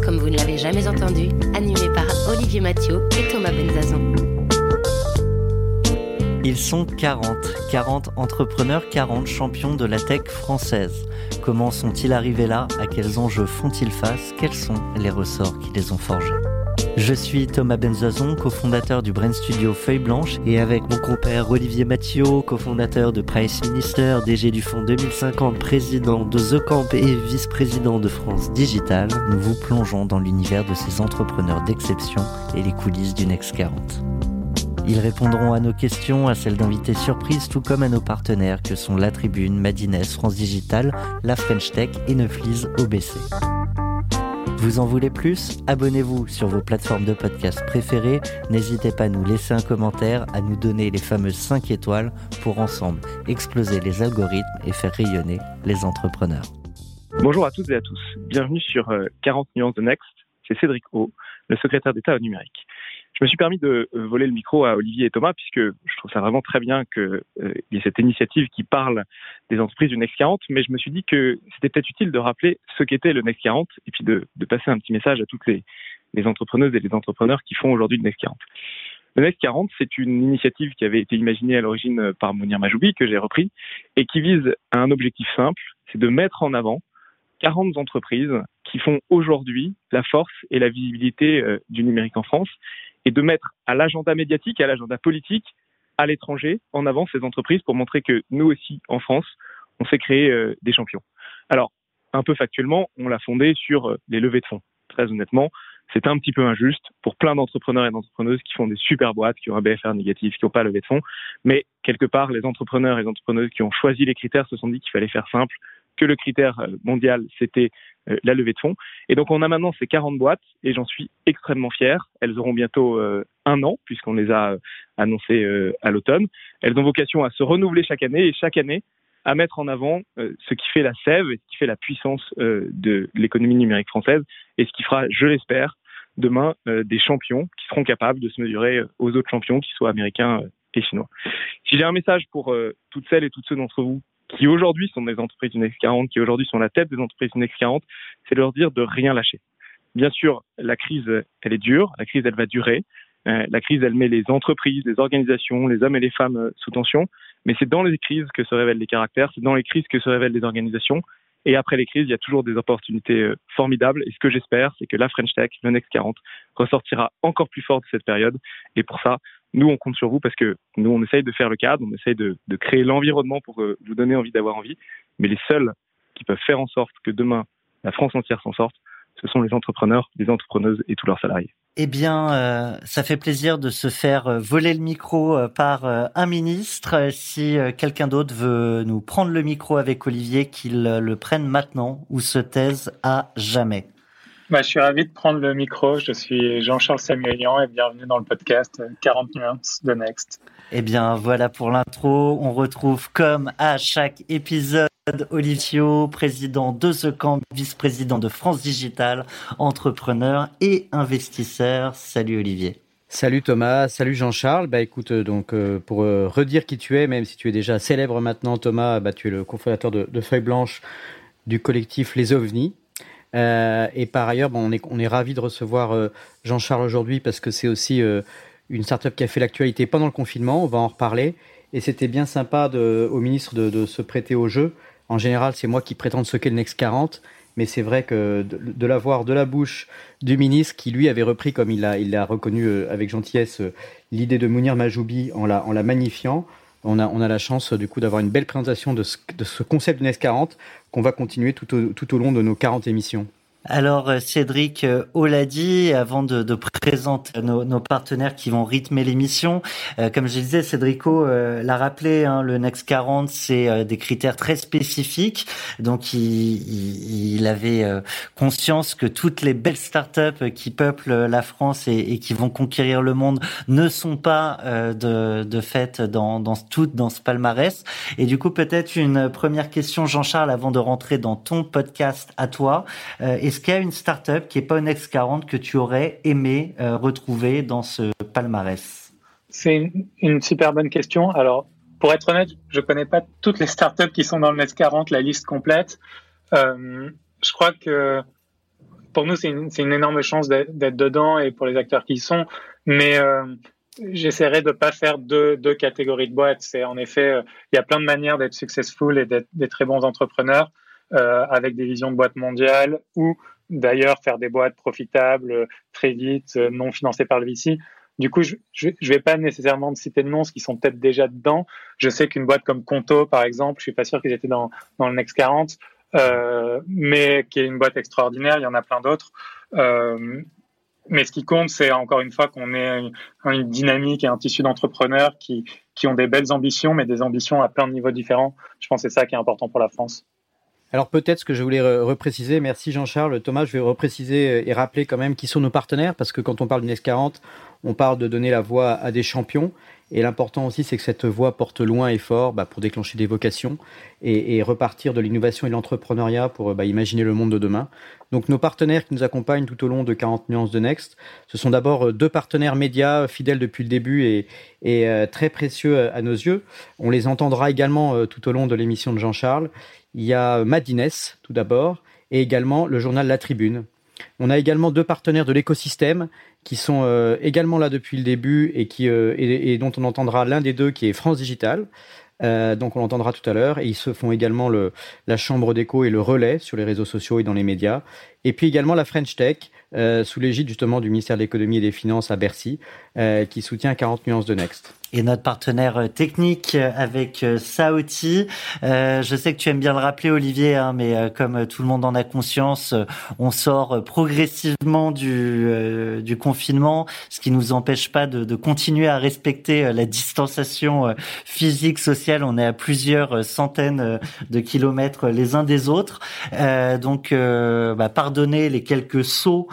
comme vous ne l'avez jamais entendu, animé par Olivier Mathieu et Thomas Benzazon. Ils sont 40 entrepreneurs, 40 champions de la tech française. Comment sont-ils arrivés là? À quels enjeux font-ils face? Quels sont les ressorts qui les ont forgés? Je suis Thomas Benzazon, cofondateur du Brain Studio Feuille Blanche, et avec mon compère Olivier Mathieu, cofondateur de Price Minister, DG du Fonds 2050, président de The Camp et vice-président de France Digital, nous vous plongeons dans l'univers de ces entrepreneurs d'exception et les coulisses du Next 40. Ils répondront à nos questions, à celles d'invités surprises, tout comme à nos partenaires que sont La Tribune, Madines, France Digital, La French Tech et Neuflis OBC. Vous en voulez plus? Abonnez-vous sur vos plateformes de podcast préférées. N'hésitez pas à nous laisser un commentaire, à nous donner les fameuses 5 étoiles pour ensemble exploser les algorithmes et faire rayonner les entrepreneurs. Bonjour à toutes et à tous. Bienvenue sur 40 nuances de Next. C'est Cédric O, le secrétaire d'État au numérique. Je me suis permis de voler le micro à Olivier et Thomas puisque je trouve ça vraiment très bien qu'il y ait cette initiative qui parle des entreprises du Next 40, mais je me suis dit que c'était peut-être utile de rappeler ce qu'était le Next 40 et puis de passer un petit message à toutes les entrepreneuses et les entrepreneurs qui font aujourd'hui le Next 40. Le Next 40, c'est une initiative qui avait été imaginée à l'origine par Mounir Majoubi, que j'ai repris, et qui vise à un objectif simple, c'est de mettre en avant 40 entreprises qui font aujourd'hui la force et la visibilité du numérique en France, et de mettre à l'agenda médiatique et à l'agenda politique à l'étranger en avant ces entreprises pour montrer que nous aussi, en France, on sait créer des champions. Alors, un peu factuellement, on l'a fondé sur les levées de fonds. Très honnêtement, c'est un petit peu injuste pour plein d'entrepreneurs et d'entrepreneuses qui font des super boîtes, qui ont un BFR négatif, qui n'ont pas levé de fonds. Mais quelque part, les entrepreneurs et les entrepreneuses qui ont choisi les critères se sont dit qu'il fallait faire simple, que le critère mondial, c'était la levée de fonds. Et donc, on a maintenant ces 40 boîtes et j'en suis extrêmement fier. Elles auront bientôt 1 an puisqu'on les a annoncées à l'automne. Elles ont vocation à se renouveler chaque année et chaque année à mettre en avant ce qui fait la sève et ce qui fait la puissance de l'économie numérique française et ce qui fera, je l'espère, demain des champions qui seront capables de se mesurer aux autres champions, qu'ils soient américains et chinois. Si j'ai un message pour toutes celles et tous ceux d'entre vous qui aujourd'hui sont des entreprises du Next 40, qui aujourd'hui sont à la tête des entreprises du Next 40, c'est de leur dire de rien lâcher. Bien sûr, la crise, elle est dure, la crise, elle va durer. La crise, elle met les entreprises, les organisations, les hommes et les femmes sous tension. Mais c'est dans les crises que se révèlent les caractères, c'est dans les crises que se révèlent les organisations. Et après les crises, il y a toujours des opportunités formidables. Et ce que j'espère, c'est que la French Tech, le Next 40, ressortira encore plus fort de cette période. Et pour ça, nous, on compte sur vous parce que nous, on essaye de faire le cadre, on essaye de créer l'environnement pour vous donner envie d'avoir envie. Mais les seuls qui peuvent faire en sorte que demain, la France entière s'en sorte, ce sont les entrepreneurs, les entrepreneuses et tous leurs salariés. Eh bien, ça fait plaisir de se faire voler le micro par un ministre. Si quelqu'un d'autre veut nous prendre le micro avec Olivier, qu'il le prenne maintenant ou se taise à jamais. Je suis ravi de prendre le micro. Je suis Jean-Charles Samuelian et bienvenue dans le podcast 40 nuances de Next. Eh bien, voilà pour l'intro. On retrouve comme à chaque épisode Olivier, président de The Camp, vice-président de France Digital, entrepreneur et investisseur. Salut Olivier. Salut Thomas, salut Jean-Charles. Écoute, pour redire qui tu es, même si tu es déjà célèbre maintenant, Thomas, tu es le cofondateur de Feuille Blanche du collectif Les OVNI. Et par ailleurs, on est ravis de recevoir Jean-Charles aujourd'hui parce que c'est aussi une start-up qui a fait l'actualité pendant le confinement. On va en reparler. Et c'était bien sympa au ministre de se prêter au jeu. En général, c'est moi qui prétends ce qu'est le Next 40. Mais c'est vrai que de l'avoir de la bouche du ministre qui, lui, avait repris, comme il l'a reconnu avec gentillesse, l'idée de Mounir Majoubi en la magnifiant, on a la chance du coup d'avoir une belle présentation de ce concept du Next 40 qu'on va continuer tout au long de nos 40 émissions. Alors Cédric l'a dit, avant de présenter nos partenaires qui vont rythmer l'émission, comme je disais, Cédrico l'a rappelé, le Next 40 c'est des critères très spécifiques, donc il avait conscience que toutes les belles startups qui peuplent la France et qui vont conquérir le monde ne sont pas de fait dans ce palmarès. Et du coup peut-être une première question, Jean-Charles, avant de rentrer dans ton podcast à toi. Est-ce qu'il y a une start-up qui n'est pas une Next 40 que tu aurais aimé retrouver dans ce palmarès? C'est une super bonne question. Alors, pour être honnête, je ne connais pas toutes les startups qui sont dans le Next 40, la liste complète. Je crois que pour nous, c'est une énorme chance d'être dedans et pour les acteurs qui y sont. Mais j'essaierai de pas faire deux catégories de boîtes. C'est en effet, il y a plein de manières d'être successful et d'être des très bons entrepreneurs avec des visions de boîtes mondiales ou d'ailleurs faire des boîtes profitables très vite, non financées par le VC. Du coup, je vais pas nécessairement citer de noms, qui sont peut-être déjà dedans. Je sais qu'une boîte comme Conto, par exemple, je suis pas sûr qu'ils étaient dans le Next 40, mais qui est une boîte extraordinaire. Il y en a plein d'autres. Mais ce qui compte, c'est encore une fois qu'on ait une dynamique et un tissu d'entrepreneurs qui ont des belles ambitions, mais des ambitions à plein de niveaux différents. Je pense que c'est ça qui est important pour la France. Alors peut-être ce que je voulais repréciser, merci Jean-Charles. Thomas, je vais repréciser et rappeler quand même qui sont nos partenaires, parce que quand on parle du Next 40, on parle de donner la voix à des champions. Et l'important aussi, c'est que cette voix porte loin et fort pour déclencher des vocations et repartir de l'innovation et de l'entrepreneuriat pour imaginer le monde de demain. Donc nos partenaires qui nous accompagnent tout au long de 40 nuances de Next, ce sont d'abord 2 partenaires médias fidèles depuis le début et très précieux à nos yeux. On les entendra également tout au long de l'émission de Jean-Charles. Il y a Madines, tout d'abord, et également le journal La Tribune. On a également 2 partenaires de l'écosystème qui sont également là depuis le début et dont on entendra l'un des 2 qui est France Digital. Donc on l'entendra tout à l'heure. Et ils se font également la chambre d'écho et le relais sur les réseaux sociaux et dans les médias. Et puis également la French Tech, sous l'égide justement du ministère de l'économie et des finances à Bercy, qui soutient 40 nuances de Next. Et notre partenaire technique avec Saoti. Je sais que tu aimes bien le rappeler, Olivier, mais comme tout le monde en a conscience, on sort progressivement du confinement, ce qui nous empêche pas de continuer à respecter la distanciation physique, sociale. On est à plusieurs centaines de kilomètres les uns des autres. Donc, pardonnez les quelques sauts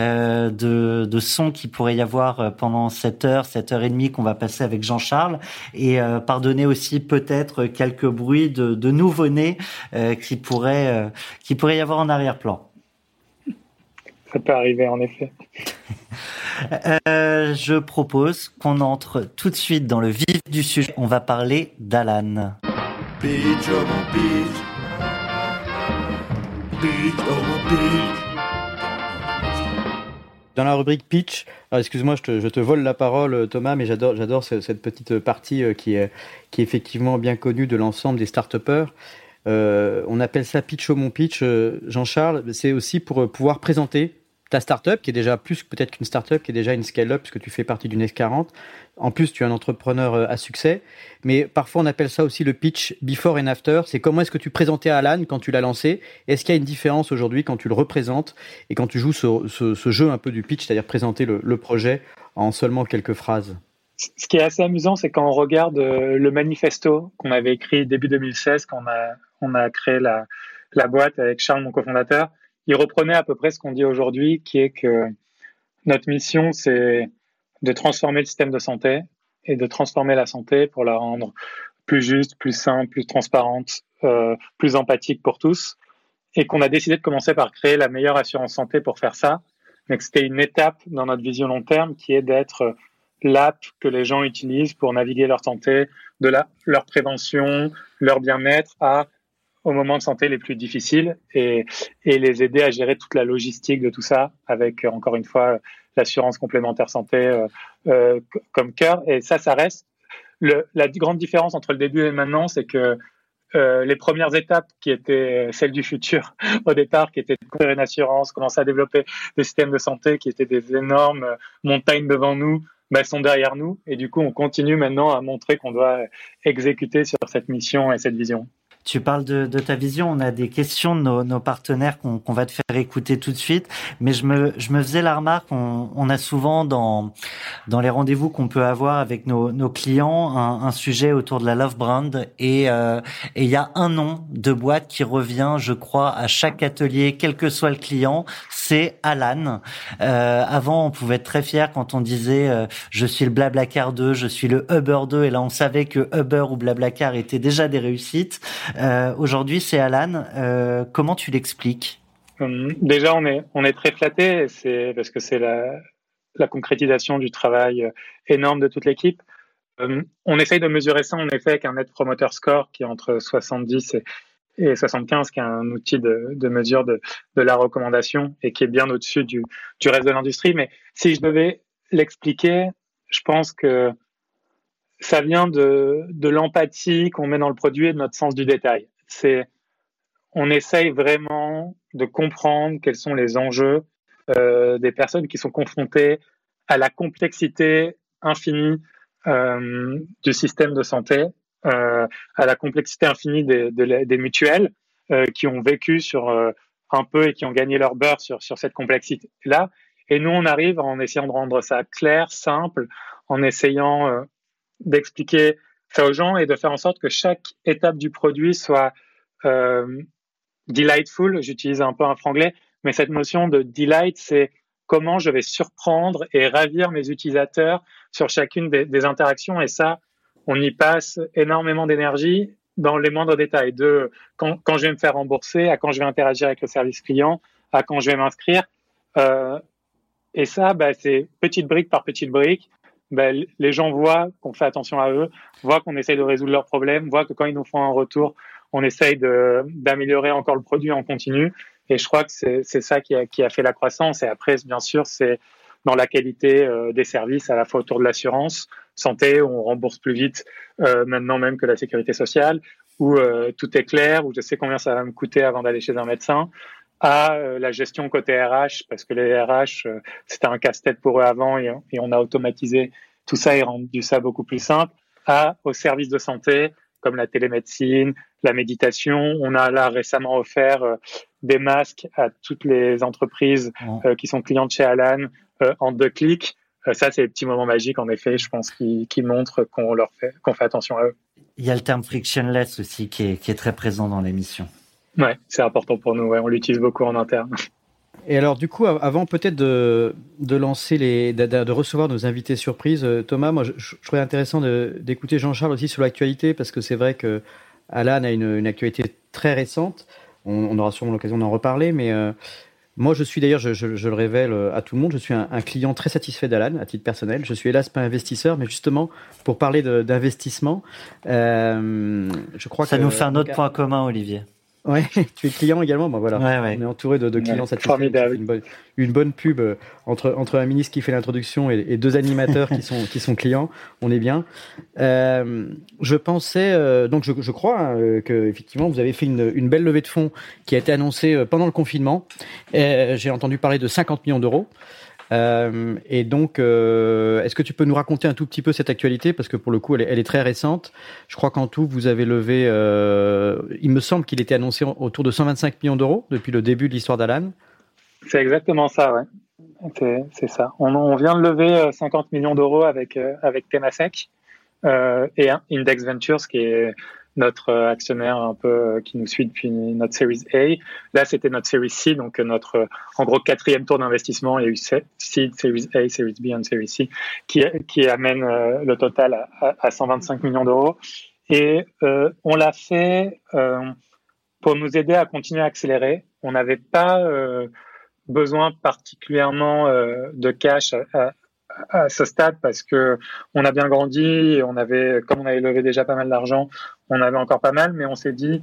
de son qu'il pourrait y avoir pendant 7 heures et demie qu'on va passer avec Jean-Charles, et pardonnez aussi peut-être quelques bruits de nouveau-nés qui pourrait y avoir en arrière-plan. Ça peut arriver en effet. Je propose qu'on entre tout de suite dans le vif du sujet. On va parler d'Alan. Beach, oh mon beach. Beach, oh mon beach. Dans la rubrique Pitch, alors excuse-moi, je te vole la parole Thomas, mais j'adore cette petite partie qui est effectivement bien connue de l'ensemble des start-upers. On appelle ça Pitch au mon pitch. Jean-Charles, c'est aussi pour pouvoir présenter ta start-up, qui est déjà plus peut-être qu'une start-up, qui est déjà une scale-up, puisque tu fais partie du Next 40. En plus, tu es un entrepreneur à succès. Mais parfois, on appelle ça aussi le pitch before and after. C'est comment est-ce que tu présentais Alan quand tu l'as lancé? Est-ce qu'il y a une différence aujourd'hui quand tu le représentes et quand tu joues ce jeu un peu du pitch, c'est-à-dire présenter le projet en seulement quelques phrases? Ce qui est assez amusant, c'est quand on regarde le manifesto qu'on avait écrit début 2016, quand on a créé la boîte avec Charles, mon cofondateur. Il reprenait à peu près ce qu'on dit aujourd'hui, qui est que notre mission, c'est de transformer le système de santé et de transformer la santé pour la rendre plus juste, plus simple, plus transparente, plus empathique pour tous. Et qu'on a décidé de commencer par créer la meilleure assurance santé pour faire ça. Mais que c'était une étape dans notre vision long terme qui est d'être l'app que les gens utilisent pour naviguer leur santé, leur prévention, leur bien-être aux moments de santé les plus difficiles et les aider à gérer toute la logistique de tout ça avec, encore une fois, l'assurance complémentaire santé comme cœur. Et ça reste. La grande différence entre le début et maintenant, c'est que les premières étapes qui étaient celles du futur au départ, qui étaient de construire une assurance, commencer à développer des systèmes de santé qui étaient des énormes montagnes devant nous, sont derrière nous. Et du coup, on continue maintenant à montrer qu'on doit exécuter sur cette mission et cette vision. Tu parles de ta vision, on a des questions de nos partenaires qu'on va te faire écouter tout de suite, mais je me faisais la remarque, on a souvent dans les rendez-vous qu'on peut avoir avec nos clients un sujet autour de la love brand et il y a un nom de boîte qui revient, je crois, à chaque atelier, quel que soit le client, c'est Alan. Avant, on pouvait être très fier quand on disait je suis le Blablacar 2, je suis le Uber 2, et là on savait que Uber ou Blablacar étaient déjà des réussites. Aujourd'hui, c'est Alan. Comment tu l'expliques? Déjà, on est très flattés, c'est parce que c'est la concrétisation du travail énorme de toute l'équipe. On essaye de mesurer ça en effet avec un Net Promoter Score qui est entre 70 et 75, qui est un outil de mesure de la recommandation et qui est bien au-dessus du reste de l'industrie. Mais si je devais l'expliquer, je pense que ça vient de l'empathie qu'on met dans le produit et de notre sens du détail. On essaye vraiment de comprendre quels sont les enjeux des personnes qui sont confrontées à la complexité infinie du système de santé, à la complexité infinie des mutuelles qui ont vécu sur un peu et qui ont gagné leur beurre sur cette complexité-là. Et nous, on arrive en essayant de rendre ça clair, simple, en essayant d'expliquer ça aux gens et de faire en sorte que chaque étape du produit soit delightful. J'utilise un peu un franglais, mais cette notion de delight, c'est comment je vais surprendre et ravir mes utilisateurs sur chacune des interactions. Et ça, on y passe énormément d'énergie dans les moindres détails, de quand je vais me faire rembourser, à quand je vais interagir avec le service client, à quand je vais m'inscrire. Et ça, c'est petite brique par petite brique. Les gens voient qu'on fait attention à eux, voient qu'on essaye de résoudre leurs problèmes, voient que quand ils nous font un retour, on essaye d'améliorer encore le produit en continu. Et je crois que c'est ça qui a fait la croissance. Et après, bien sûr, c'est dans la qualité des services, à la fois autour de l'assurance santé, où on rembourse plus vite maintenant même que la sécurité sociale, où tout est clair, où je sais combien ça va me coûter avant d'aller chez un médecin, à la gestion côté RH, parce que les RH, c'était un casse-tête pour eux avant et on a automatisé tout ça et rendu ça beaucoup plus simple, aux services de santé, comme la télémédecine, la méditation. On a là récemment offert des masques à toutes les entreprises qui sont clientes chez Alan en 2 clics. Ça, c'est des petits moments magiques, en effet, je pense, qui montrent qu'on fait attention à eux. Il y a le terme frictionless aussi qui est très présent dans l'émission. Ouais, c'est important pour nous. Ouais, on l'utilise beaucoup en interne. Et alors, du coup, avant peut-être de lancer de recevoir nos invités surprises, Thomas, moi, je trouvais intéressant d'écouter Jean-Charles aussi sur l'actualité, parce que c'est vrai que Alan a une actualité très récente. On aura sûrement l'occasion d'en reparler, mais moi, je suis d'ailleurs, je le révèle à tout le monde, je suis un client très satisfait d'Alan, à titre personnel. Je suis hélas pas investisseur, mais justement, pour parler d'investissement, je crois ça nous fait un autre point commun, Olivier. Ouais, tu es client également. Bon, voilà. Ouais. On est entouré de clients satisfaits. Formidable. Une bonne pub entre un ministre qui fait l'introduction et 2 animateurs qui sont clients. On est bien. Je pensais donc je crois que effectivement vous avez fait une belle levée de fonds qui a été annoncée pendant le confinement. J'ai entendu parler de 50 millions d'euros. Et donc, est-ce que tu peux nous raconter un tout petit peu cette actualité, parce que pour le coup, elle est très récente. Je crois qu'en tout, vous avez levé, il me semble qu'il était annoncé autour de 125 millions d'euros depuis le début de l'histoire d'Alan. C'est exactement ça, ouais. C'est ça. On vient de lever 50 millions d'euros avec Temasek et Index Ventures, qui est notre actionnaire un peu qui nous suit depuis notre Series A. Là, c'était notre Series C, donc notre, en gros, 4e tour d'investissement. Il y a eu Seed, Series A, Series B et Series C qui amène le total à 125 millions d'euros. Et on l'a fait pour nous aider à continuer à accélérer. On n'avait pas besoin particulièrement de cash à ce stade, parce que on a bien grandi et comme on avait levé déjà pas mal d'argent, on avait encore pas mal, mais on s'est dit,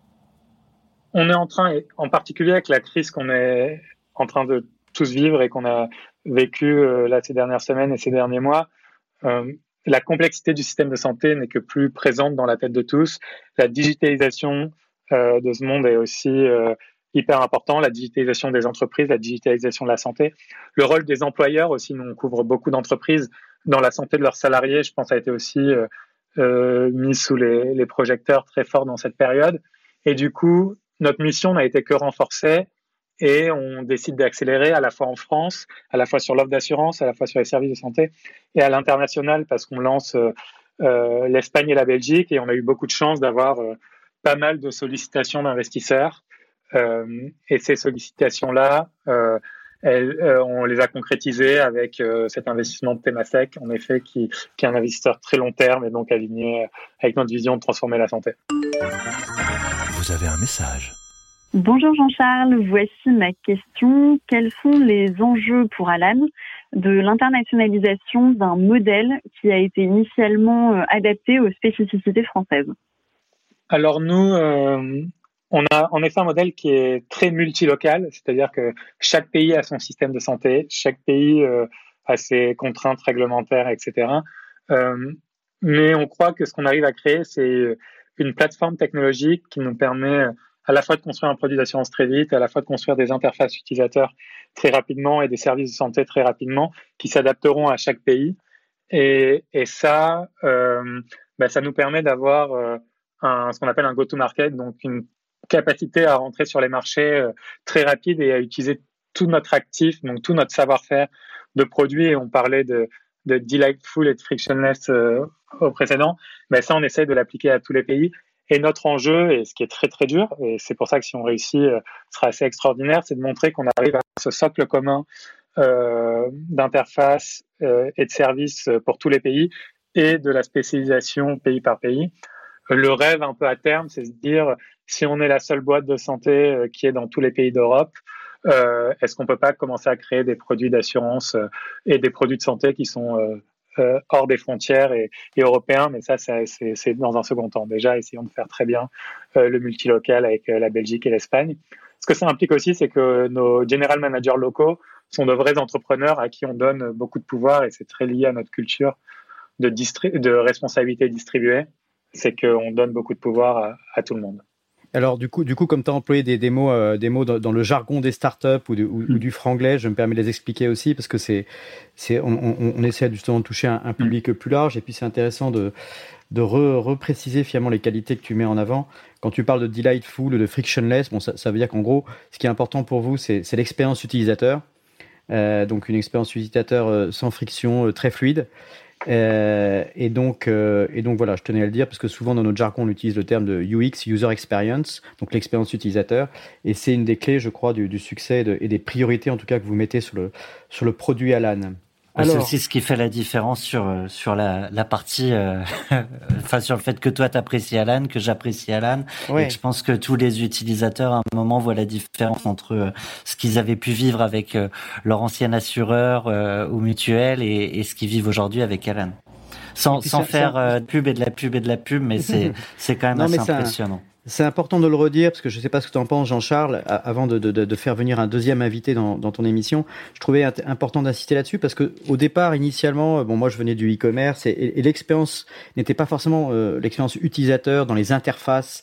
on est en train, et en particulier avec la crise qu'on est en train de tous vivre et qu'on a vécu là ces dernières semaines et ces derniers mois, la complexité du système de santé n'est que plus présente dans la tête de tous. La digitalisation de ce monde est aussi hyper important, la digitalisation des entreprises, la digitalisation de la santé. Le rôle des employeurs aussi, nous on couvre beaucoup d'entreprises dans la santé de leurs salariés, je pense a été aussi mis sous les projecteurs très fort dans cette période. Et du coup, notre mission n'a été que renforcée et on décide d'accélérer à la fois en France, à la fois sur l'offre d'assurance, à la fois sur les services de santé et à l'international, parce qu'on lance l'Espagne et la Belgique, et on a eu beaucoup de chance d'avoir pas mal de sollicitations d'investisseurs. Et ces sollicitations-là, on les a concrétisées avec cet investissement de Temasek, en effet, qui est un investisseur très long terme et donc aligné avec notre vision de transformer la santé. Vous avez un message. Bonjour Jean-Charles, voici ma question. Quels sont les enjeux pour Alan de l'internationalisation d'un modèle qui a été initialement adapté aux spécificités françaises ? Alors nous, On a en effet un modèle qui est très multilocal, c'est-à-dire que chaque pays a son système de santé, chaque pays a ses contraintes réglementaires, etc. Mais on croit que ce qu'on arrive à créer, c'est une plateforme technologique qui nous permet à la fois de construire un produit d'assurance très vite, à la fois de construire des interfaces utilisateurs très rapidement et des services de santé très rapidement qui s'adapteront à chaque pays. Et ça, ça nous permet d'avoir ce qu'on appelle un go-to-market, donc une capacité à rentrer sur les marchés très rapide et à utiliser tout notre actif, donc tout notre savoir-faire de produits. Et on parlait de delightful et de frictionless au précédent. Mais ça, on essaie de l'appliquer à tous les pays. Et notre enjeu, et ce qui est très très dur, et c'est pour ça que si on réussit, ce sera assez extraordinaire, c'est de montrer qu'on arrive à ce socle commun d'interface et de services pour tous les pays et de la spécialisation pays par pays. Le rêve un peu à terme, c'est de se dire, si on est la seule boîte de santé qui est dans tous les pays d'Europe, est-ce qu'on peut pas commencer à créer des produits d'assurance et des produits de santé qui sont hors des frontières et européens, mais ça c'est dans un second temps. Déjà, essayons de faire très bien le multilocal avec la Belgique et l'Espagne. Ce que ça implique aussi, c'est que nos general managers locaux sont de vrais entrepreneurs à qui on donne beaucoup de pouvoir, et c'est très lié à notre culture de responsabilité distribuée, c'est qu'on donne beaucoup de pouvoir à tout le monde. Alors du coup, comme tu as employé des mots dans le jargon des startups ou du franglais, je me permets de les expliquer aussi parce que on essaie justement de toucher un public plus large, et puis c'est intéressant de repréciser finalement les qualités que tu mets en avant. Quand tu parles de delightful ou de frictionless, bon, ça veut dire qu'en gros, ce qui est important pour vous, c'est l'expérience utilisateur, donc une expérience utilisateur sans friction, très fluide. Et donc voilà, je tenais à le dire parce que souvent dans notre jargon on utilise le terme de UX, User Experience, donc l'expérience utilisateur, et c'est une des clés, je crois, du succès et des priorités en tout cas que vous mettez sur le produit Alan. C'est aussi ce qui fait la différence sur la partie, enfin sur le fait que toi t'apprécies Alan, que j'apprécie Alan, et que je pense que tous les utilisateurs à un moment voient la différence entre ce qu'ils avaient pu vivre avec leur ancien assureur ou mutuelle et ce qu'ils vivent aujourd'hui avec Alan. Sans faire de pub et de la pub, mais c'est quand même assez impressionnant. C'est important de le redire, parce que je ne sais pas ce que tu en penses, Jean-Charles, avant de faire venir un deuxième invité dans ton émission. Je trouvais important d'insister là-dessus, parce que au départ, initialement, moi je venais du e-commerce, et l'expérience n'était pas forcément l'expérience utilisateur dans les interfaces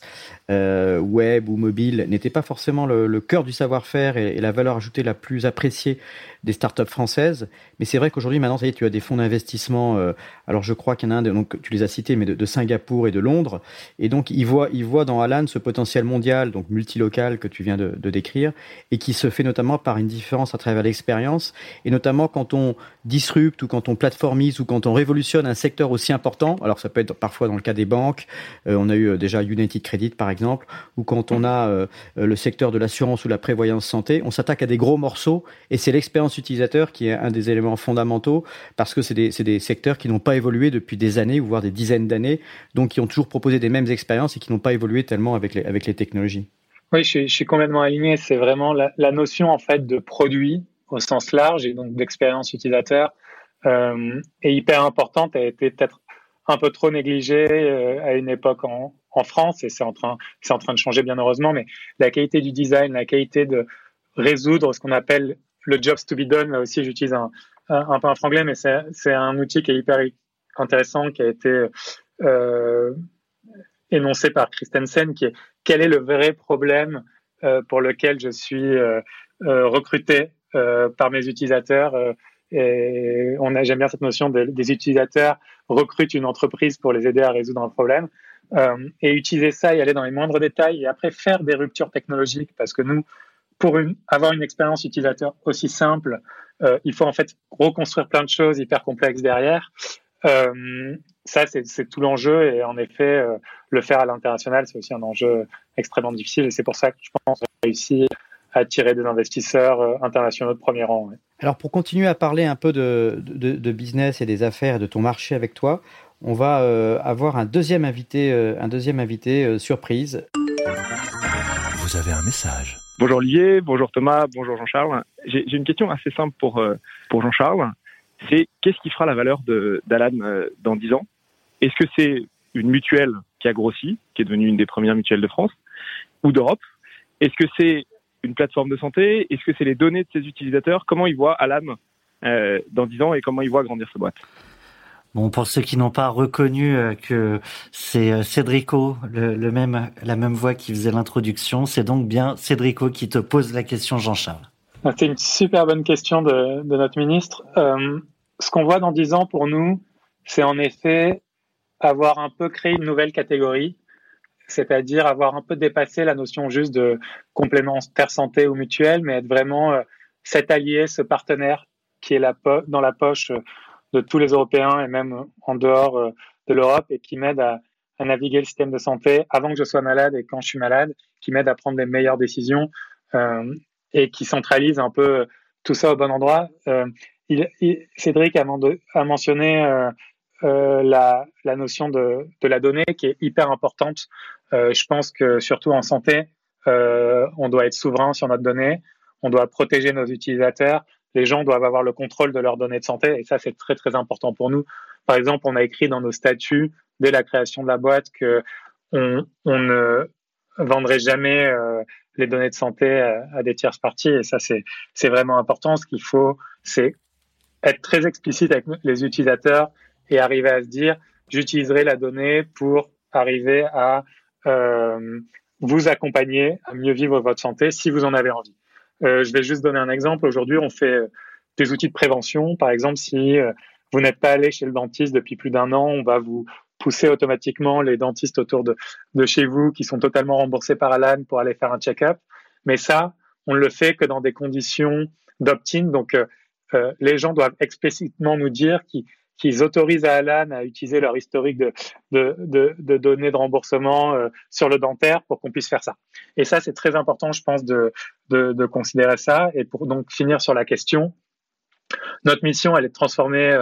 web ou mobile, n'était pas forcément le cœur du savoir-faire et la valeur ajoutée la plus appréciée des startups françaises. Mais c'est vrai qu'aujourd'hui, maintenant, ça y est, tu as des fonds d'investissement. Alors, je crois qu'il y en a un, donc tu les as cités, mais de Singapour et de Londres. Et donc, ils voient dans Alan ce potentiel mondial, donc multilocal que tu viens de décrire, et qui se fait notamment par une différence à travers l'expérience, et notamment quand on disrupte ou quand on plateformise ou quand on révolutionne un secteur aussi important. Alors, ça peut être parfois dans le cas des banques. On a eu déjà United Credit, par exemple, ou quand on a le secteur de l'assurance ou la prévoyance santé, on s'attaque à des gros morceaux, et c'est l'expérience utilisateur qui est un des éléments fondamentaux, parce que c'est des secteurs qui n'ont pas évolué depuis des années, voire des dizaines d'années, donc qui ont toujours proposé des mêmes expériences et qui n'ont pas évolué tellement avec les technologies. Oui, je suis complètement aligné. C'est vraiment la notion en fait de produit au sens large et donc d'expérience utilisateur est hyper importante. Elle a été peut-être un peu trop négligée à une époque en France, et c'est en train de changer bien heureusement. Mais la qualité du design, la qualité de résoudre ce qu'on appelle le jobs to be done, là aussi j'utilise un peu un franglais, mais c'est un outil qui est hyper intéressant, qui a été énoncé par Christensen, qui est quel est le vrai problème pour lequel je suis recruté par mes utilisateurs. Et j'aime bien cette notion des utilisateurs recrutent une entreprise pour les aider à résoudre un problème. Et utiliser ça et aller dans les moindres détails, et après faire des ruptures technologiques, parce que nous, pour avoir une expérience utilisateur aussi simple, il faut en fait reconstruire plein de choses hyper complexes derrière. Ça, c'est tout l'enjeu, et en effet, le faire à l'international, c'est aussi un enjeu extrêmement difficile, et c'est pour ça que je pense qu'on a réussi à attirer des investisseurs internationaux de premier rang. Ouais. Alors, pour continuer à parler un peu de business et des affaires et de ton marché avec toi, on va avoir un deuxième invité surprise. Vous avez un message. Bonjour Olivier, bonjour Thomas, bonjour Jean-Charles. J'ai une question assez simple pour Jean-Charles. C'est qu'est-ce qui fera la valeur d'Alan dans 10 ans ? Est-ce que c'est une mutuelle qui a grossi, qui est devenue une des premières mutuelles de France ? ou d'Europe? Est-ce que c'est une plateforme de santé? Est-ce que c'est les données de ses utilisateurs? Comment il voit Alan dans 10 ans et comment il voit grandir sa boîte? Bon, pour ceux qui n'ont pas reconnu que c'est Cédrico, la même voix qui faisait l'introduction, c'est donc bien Cédrico qui te pose la question, Jean-Charles. C'est une super bonne question de notre ministre. Ce qu'on voit dans 10 ans pour nous, c'est en effet avoir un peu créé une nouvelle catégorie, c'est-à-dire avoir un peu dépassé la notion juste de complémentaire santé ou mutuelle, mais être vraiment cet allié, ce partenaire qui est dans la poche de tous les Européens et même en dehors de l'Europe et qui m'aide à naviguer le système de santé avant que je sois malade et quand je suis malade, qui m'aide à prendre les meilleures décisions et qui centralise un peu tout ça au bon endroit. Cédric a mentionné la notion de la donnée qui est hyper importante. Je pense que surtout en santé, on doit être souverain sur notre donnée, on doit protéger nos utilisateurs, les gens doivent avoir le contrôle de leurs données de santé et ça c'est très très important pour nous. Par exemple, on a écrit dans nos statuts dès la création de la boîte que on ne vendrait jamais les données de santé à des tierces parties et ça c'est vraiment important. Ce qu'il faut, c'est être très explicite avec les utilisateurs et arriver à se dire j'utiliserai la donnée pour arriver à vous accompagner à mieux vivre votre santé si vous en avez envie. Je vais juste donner un exemple. Aujourd'hui, on fait des outils de prévention. Par exemple, si vous n'êtes pas allé chez le dentiste depuis plus d'1 an, on va vous pousser automatiquement les dentistes autour de chez vous qui sont totalement remboursés par Alan pour aller faire un check-up. Mais ça, on ne le fait que dans des conditions d'opt-in. Donc, les gens doivent explicitement nous dire qu'ils autorisent à Alan à utiliser leur historique de données de remboursement sur le dentaire pour qu'on puisse faire ça. Et ça, c'est très important, je pense, de considérer ça. Et pour donc finir sur la question, notre mission, elle est de transformer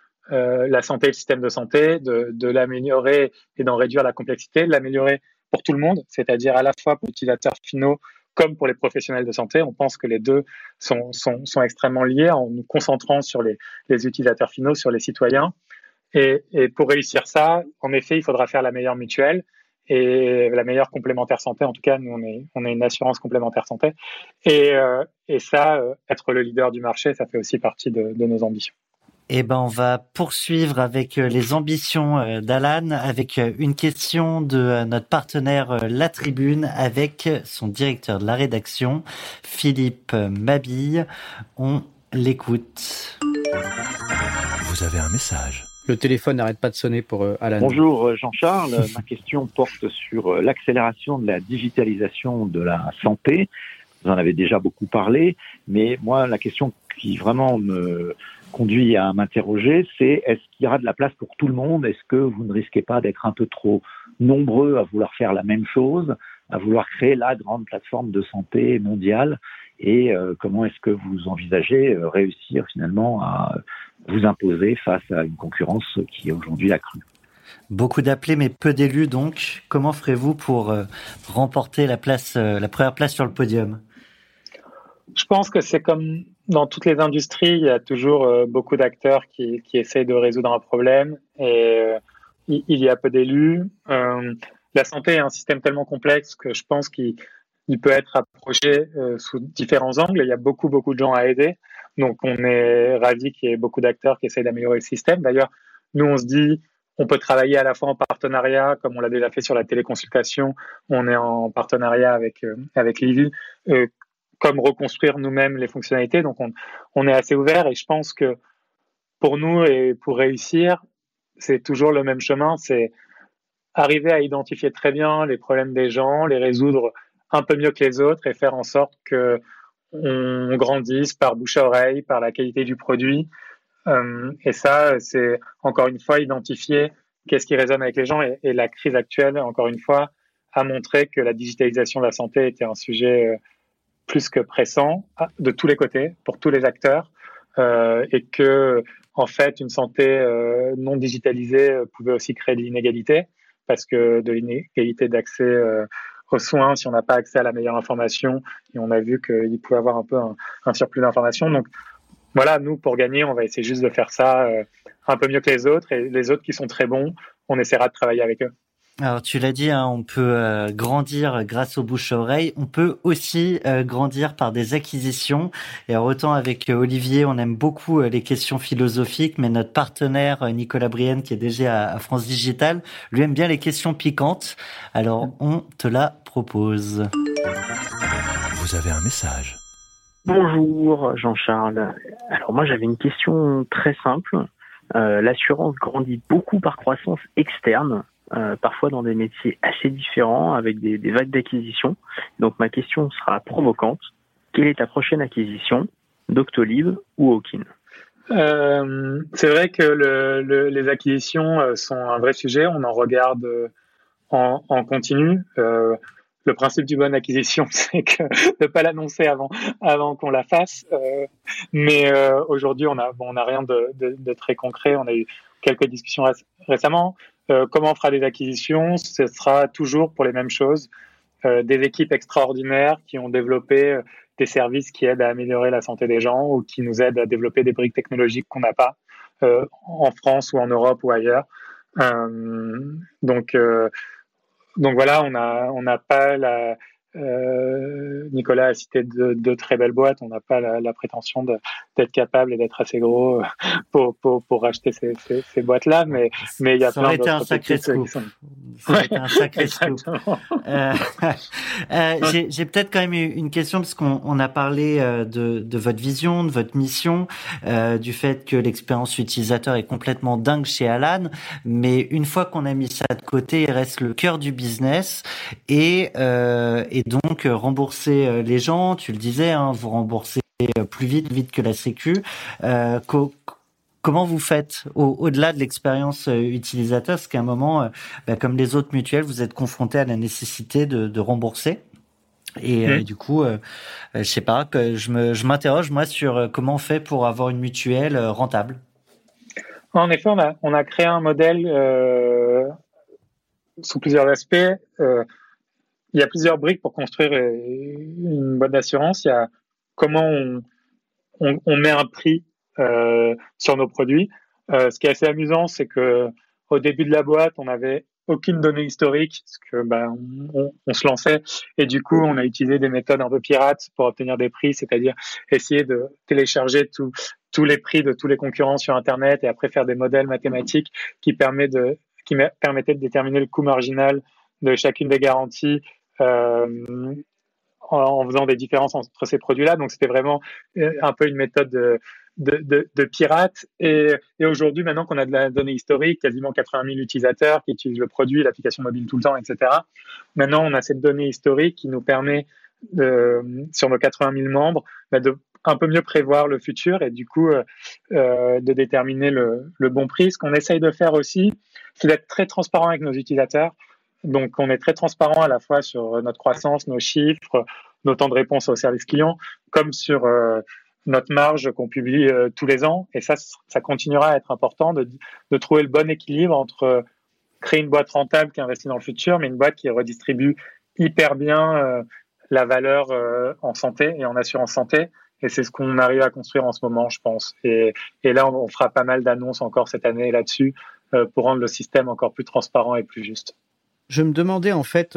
la santé et le système de santé, de l'améliorer et d'en réduire la complexité, de l'améliorer pour tout le monde, c'est-à-dire à la fois pour les utilisateurs finaux comme pour les professionnels de santé. On pense que les deux sont extrêmement liés en nous concentrant sur les utilisateurs finaux, sur les citoyens. Et pour réussir ça, en effet, il faudra faire la meilleure mutuelle et la meilleure complémentaire santé. En tout cas, nous, on est une assurance complémentaire santé. Et ça, être le leader du marché, ça fait aussi partie de nos ambitions. Eh ben, on va poursuivre avec les ambitions d'Alan, avec une question de notre partenaire La Tribune, avec son directeur de la rédaction, Philippe Mabille. On l'écoute. Vous avez un message. Le téléphone n'arrête pas de sonner pour Alan. Bonjour Jean-Charles, ma question porte sur l'accélération de la digitalisation de la santé. Vous en avez déjà beaucoup parlé, mais moi, la question qui vraiment me conduit à m'interroger, c'est est-ce qu'il y aura de la place pour tout le monde? Est-ce que vous ne risquez pas d'être un peu trop nombreux à vouloir faire la même chose, à vouloir créer la grande plateforme de santé mondiale? Et comment est-ce que vous envisagez réussir finalement à vous imposer face à une concurrence qui est aujourd'hui accrue? Beaucoup d'appelés, mais peu d'élus. Donc, comment ferez-vous pour remporter la première place sur le podium? Je pense que c'est comme dans toutes les industries, il y a toujours beaucoup d'acteurs qui essayent de résoudre un problème et il y a peu d'élus. La santé est un système tellement complexe que je pense qu'il peut être approché sous différents angles. Il y a beaucoup de gens à aider. Donc, on est ravis qu'il y ait beaucoup d'acteurs qui essayent d'améliorer le système. D'ailleurs, nous, on se dit, on peut travailler à la fois en partenariat, comme on l'a déjà fait sur la téléconsultation. On est en partenariat avec Livy, comme reconstruire nous-mêmes les fonctionnalités. Donc, on est assez ouvert et je pense que pour nous et pour réussir, c'est toujours le même chemin. C'est arriver à identifier très bien les problèmes des gens, les résoudre un peu mieux que les autres et faire en sorte que on grandisse par bouche à oreille, par la qualité du produit. Et ça, c'est encore une fois identifier qu'est-ce qui résonne avec les gens. Et la crise actuelle, encore une fois, a montré que la digitalisation de la santé était un sujet plus que pressant de tous les côtés, pour tous les acteurs, et que, en fait, une santé non digitalisée pouvait aussi créer de l'inégalité, parce que de l'inégalité d'accès aux soins, si on n'a pas accès à la meilleure information, et on a vu qu'il pouvait avoir un peu un surplus d'informations. Donc, voilà, nous, pour gagner, on va essayer juste de faire ça un peu mieux que les autres, et les autres qui sont très bons, on essaiera de travailler avec eux. Alors tu l'as dit, hein, on peut grandir grâce aux bouche-à-oreille. On peut aussi grandir par des acquisitions. Et alors, autant avec Olivier, on aime beaucoup les questions philosophiques, mais notre partenaire Nicolas Brienne, qui est DG à France Digital, lui aime bien les questions piquantes. Alors on te la propose. Vous avez un message. Bonjour Jean-Charles. Alors moi j'avais une question très simple. L'assurance grandit beaucoup par croissance externe. Parfois dans des métiers assez différents, avec des vagues d'acquisition. Donc ma question sera provocante. Quelle est ta prochaine acquisition, Doctolib ou Hawkin? C'est vrai que les acquisitions sont un vrai sujet. On en regarde en continu. Le principe d'une bonne acquisition, c'est que de pas l'annoncer avant qu'on la fasse. Mais aujourd'hui, on a rien de très concret. On a eu quelques discussions récemment. Comment on fera des acquisitions? Ce sera toujours pour les mêmes choses. Des équipes extraordinaires qui ont développé des services qui aident à améliorer la santé des gens ou qui nous aident à développer des briques technologiques qu'on n'a pas en France ou en Europe ou ailleurs. Donc voilà, on n'a pas Nicolas a cité deux très belles boîtes. On n'a pas la prétention d'être capable et d'être assez gros pour racheter ces boîtes-là, mais il y a plein d'autres petites qui sont... Ça aurait été un sacré scoop. J'ai peut-être quand même une question parce qu'on a parlé de votre vision, de votre mission, du fait que l'expérience utilisateur est complètement dingue chez Alan, mais une fois qu'on a mis ça de côté, il reste le cœur du business et donc rembourser les gens. Tu le disais, hein, vous remboursez plus vite que la Sécu. Comment vous faites au-delà de l'expérience utilisateur, parce qu'à un moment, comme les autres mutuelles, vous êtes confronté à la nécessité de rembourser. Et du coup, je sais pas, que je m'interroge moi sur comment on fait pour avoir une mutuelle rentable. En effet, on a créé un modèle sous plusieurs aspects. Il y a plusieurs briques pour construire une boîte d'assurance. Il y a comment on met un prix sur nos produits. Ce qui est assez amusant, c'est que au début de la boîte, on n'avait aucune donnée historique, parce que on se lançait, et du coup, on a utilisé des méthodes un peu pirates pour obtenir des prix, c'est-à-dire essayer de télécharger tous les prix de tous les concurrents sur Internet et après faire des modèles mathématiques qui permettaient de déterminer le coût marginal de chacune des garanties en faisant des différences entre ces produits-là. Donc, c'était vraiment un peu une méthode de pirate. Et aujourd'hui, maintenant qu'on a de la donnée historique, quasiment 80 000 utilisateurs qui utilisent le produit, l'application mobile tout le temps, etc. Maintenant, on a cette donnée historique qui nous permet, sur nos 80 000 membres, de un peu mieux prévoir le futur et du coup de déterminer le bon prix. Ce qu'on essaye de faire aussi, c'est d'être très transparent avec nos utilisateurs. Donc, on est très transparent à la fois sur notre croissance, nos chiffres, nos temps de réponse au service client, comme sur notre marge qu'on publie tous les ans. Et ça continuera à être important de trouver le bon équilibre entre créer une boîte rentable qui investit dans le futur, mais une boîte qui redistribue hyper bien la valeur en santé et en assurance santé. Et c'est ce qu'on arrive à construire en ce moment, je pense. Et là, on fera pas mal d'annonces encore cette année là-dessus pour rendre le système encore plus transparent et plus juste. Je me demandais en fait,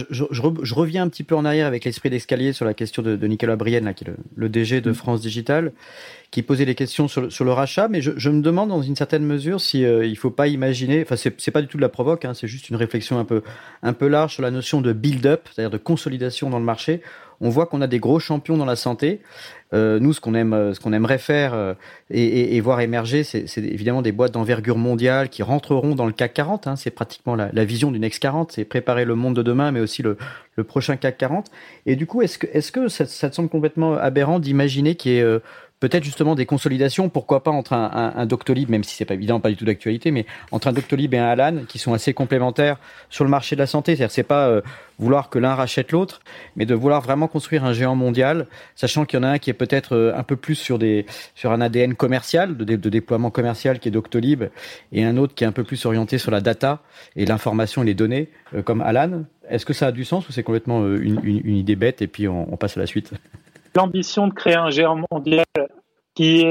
je reviens un petit peu en arrière avec l'esprit d'escalier sur la question de Nicolas Brienne, là, qui est le DG de France Digital, qui posait des questions sur le rachat, mais je me demande dans une certaine mesure si il faut pas imaginer, enfin c'est pas du tout de la provoque, hein, c'est juste une réflexion un peu large sur la notion de build-up, c'est-à-dire de consolidation dans le marché. On voit qu'on a des gros champions dans la santé. Nous, ce qu'on aimerait faire et voir émerger, c'est évidemment des boîtes d'envergure mondiale qui rentreront dans le CAC 40. Hein, c'est pratiquement la vision du Next 40, c'est préparer le monde de demain, mais aussi le prochain CAC 40. Et du coup, est-ce que ça te semble complètement aberrant d'imaginer qu'il y ait peut-être justement des consolidations, pourquoi pas entre un Doctolib, même si c'est pas évident, pas du tout d'actualité, mais entre un Doctolib et un Alan, qui sont assez complémentaires sur le marché de la santé. C'est-à-dire, c'est pas vouloir que l'un rachète l'autre, mais de vouloir vraiment construire un géant mondial, sachant qu'il y en a un qui est peut-être un peu plus sur un ADN commercial, de déploiement commercial, qui est Doctolib, et un autre qui est un peu plus orienté sur la data et l'information et les données, comme Alan. Est-ce que ça a du sens ou c'est complètement une idée bête et puis on passe à la suite? L'ambition de créer un géant mondial qui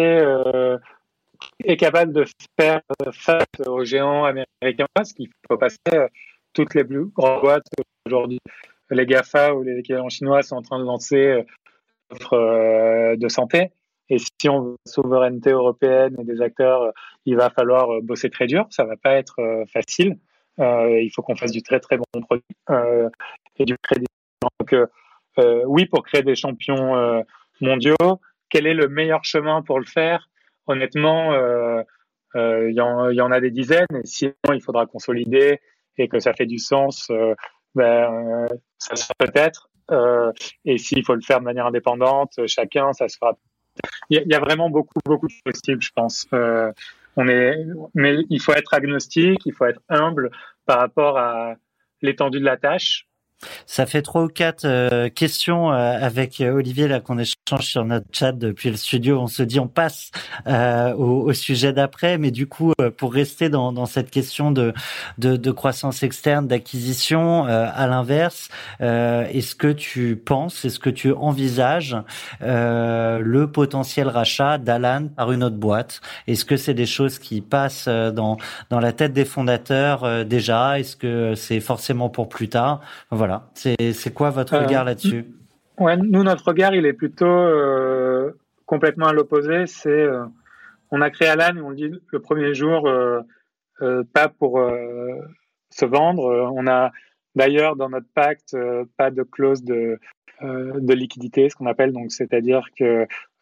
est capable de faire face aux géants américains, parce qu'il faut passer toutes les plus grandes boîtes aujourd'hui, les GAFA ou les équivalents chinois sont en train de lancer offres de santé. Et si on veut une souveraineté européenne et des acteurs, il va falloir bosser très dur. Ça va pas être facile. Il faut qu'on fasse du très très bon produit et du crédit. Donc oui, pour créer des champions mondiaux, quel est le meilleur chemin pour le faire? Honnêtement, il y en a des dizaines. Et sinon, il faudra consolider et que ça fait du sens. Ça se fera peut-être. Et s'il faut le faire de manière indépendante, chacun, ça se fera. Il y a vraiment beaucoup de possibles, je pense. Mais il faut être agnostique, il faut être humble par rapport à l'étendue de la tâche. Ça fait 3 ou 4 questions avec Olivier là qu'on échange sur notre chat depuis le studio. On se dit on passe au sujet d'après, mais du coup pour rester dans cette question de croissance externe, d'acquisition, à l'inverse, est-ce que tu envisages le potentiel rachat d'Alan par une autre boîte? Est-ce que c'est des choses qui passent dans la tête des fondateurs déjà? Est-ce que c'est forcément pour plus tard? Voilà. C'est quoi votre regard là-dessus? Ouais, nous, notre regard, il est plutôt complètement à l'opposé. On a créé Alan et on le dit le premier jour, pas pour se vendre. On a d'ailleurs dans notre pacte pas de clause de liquidité, ce qu'on appelle. Donc, c'est-à-dire que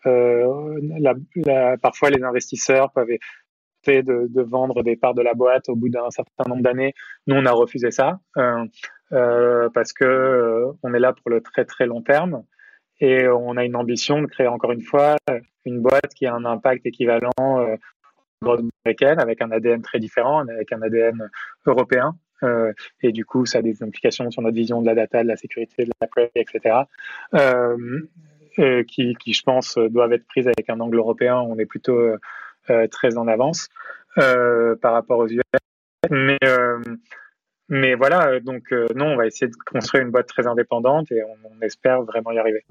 parfois les investisseurs peuvent de vendre des parts de la boîte au bout d'un certain nombre d'années. Nous, on a refusé ça parce que on est là pour le très très long terme et on a une ambition de créer encore une fois une boîte qui a un impact équivalent américaine avec un ADN très différent, avec un ADN européen. Et du coup, ça a des implications sur notre vision de la data, de la sécurité, de la presse, etc. Qui, je pense, doivent être prises avec un angle européen. On est plutôt très en avance par rapport aux US. Mais voilà, donc non, on va essayer de construire une boîte très indépendante et on espère vraiment y arriver.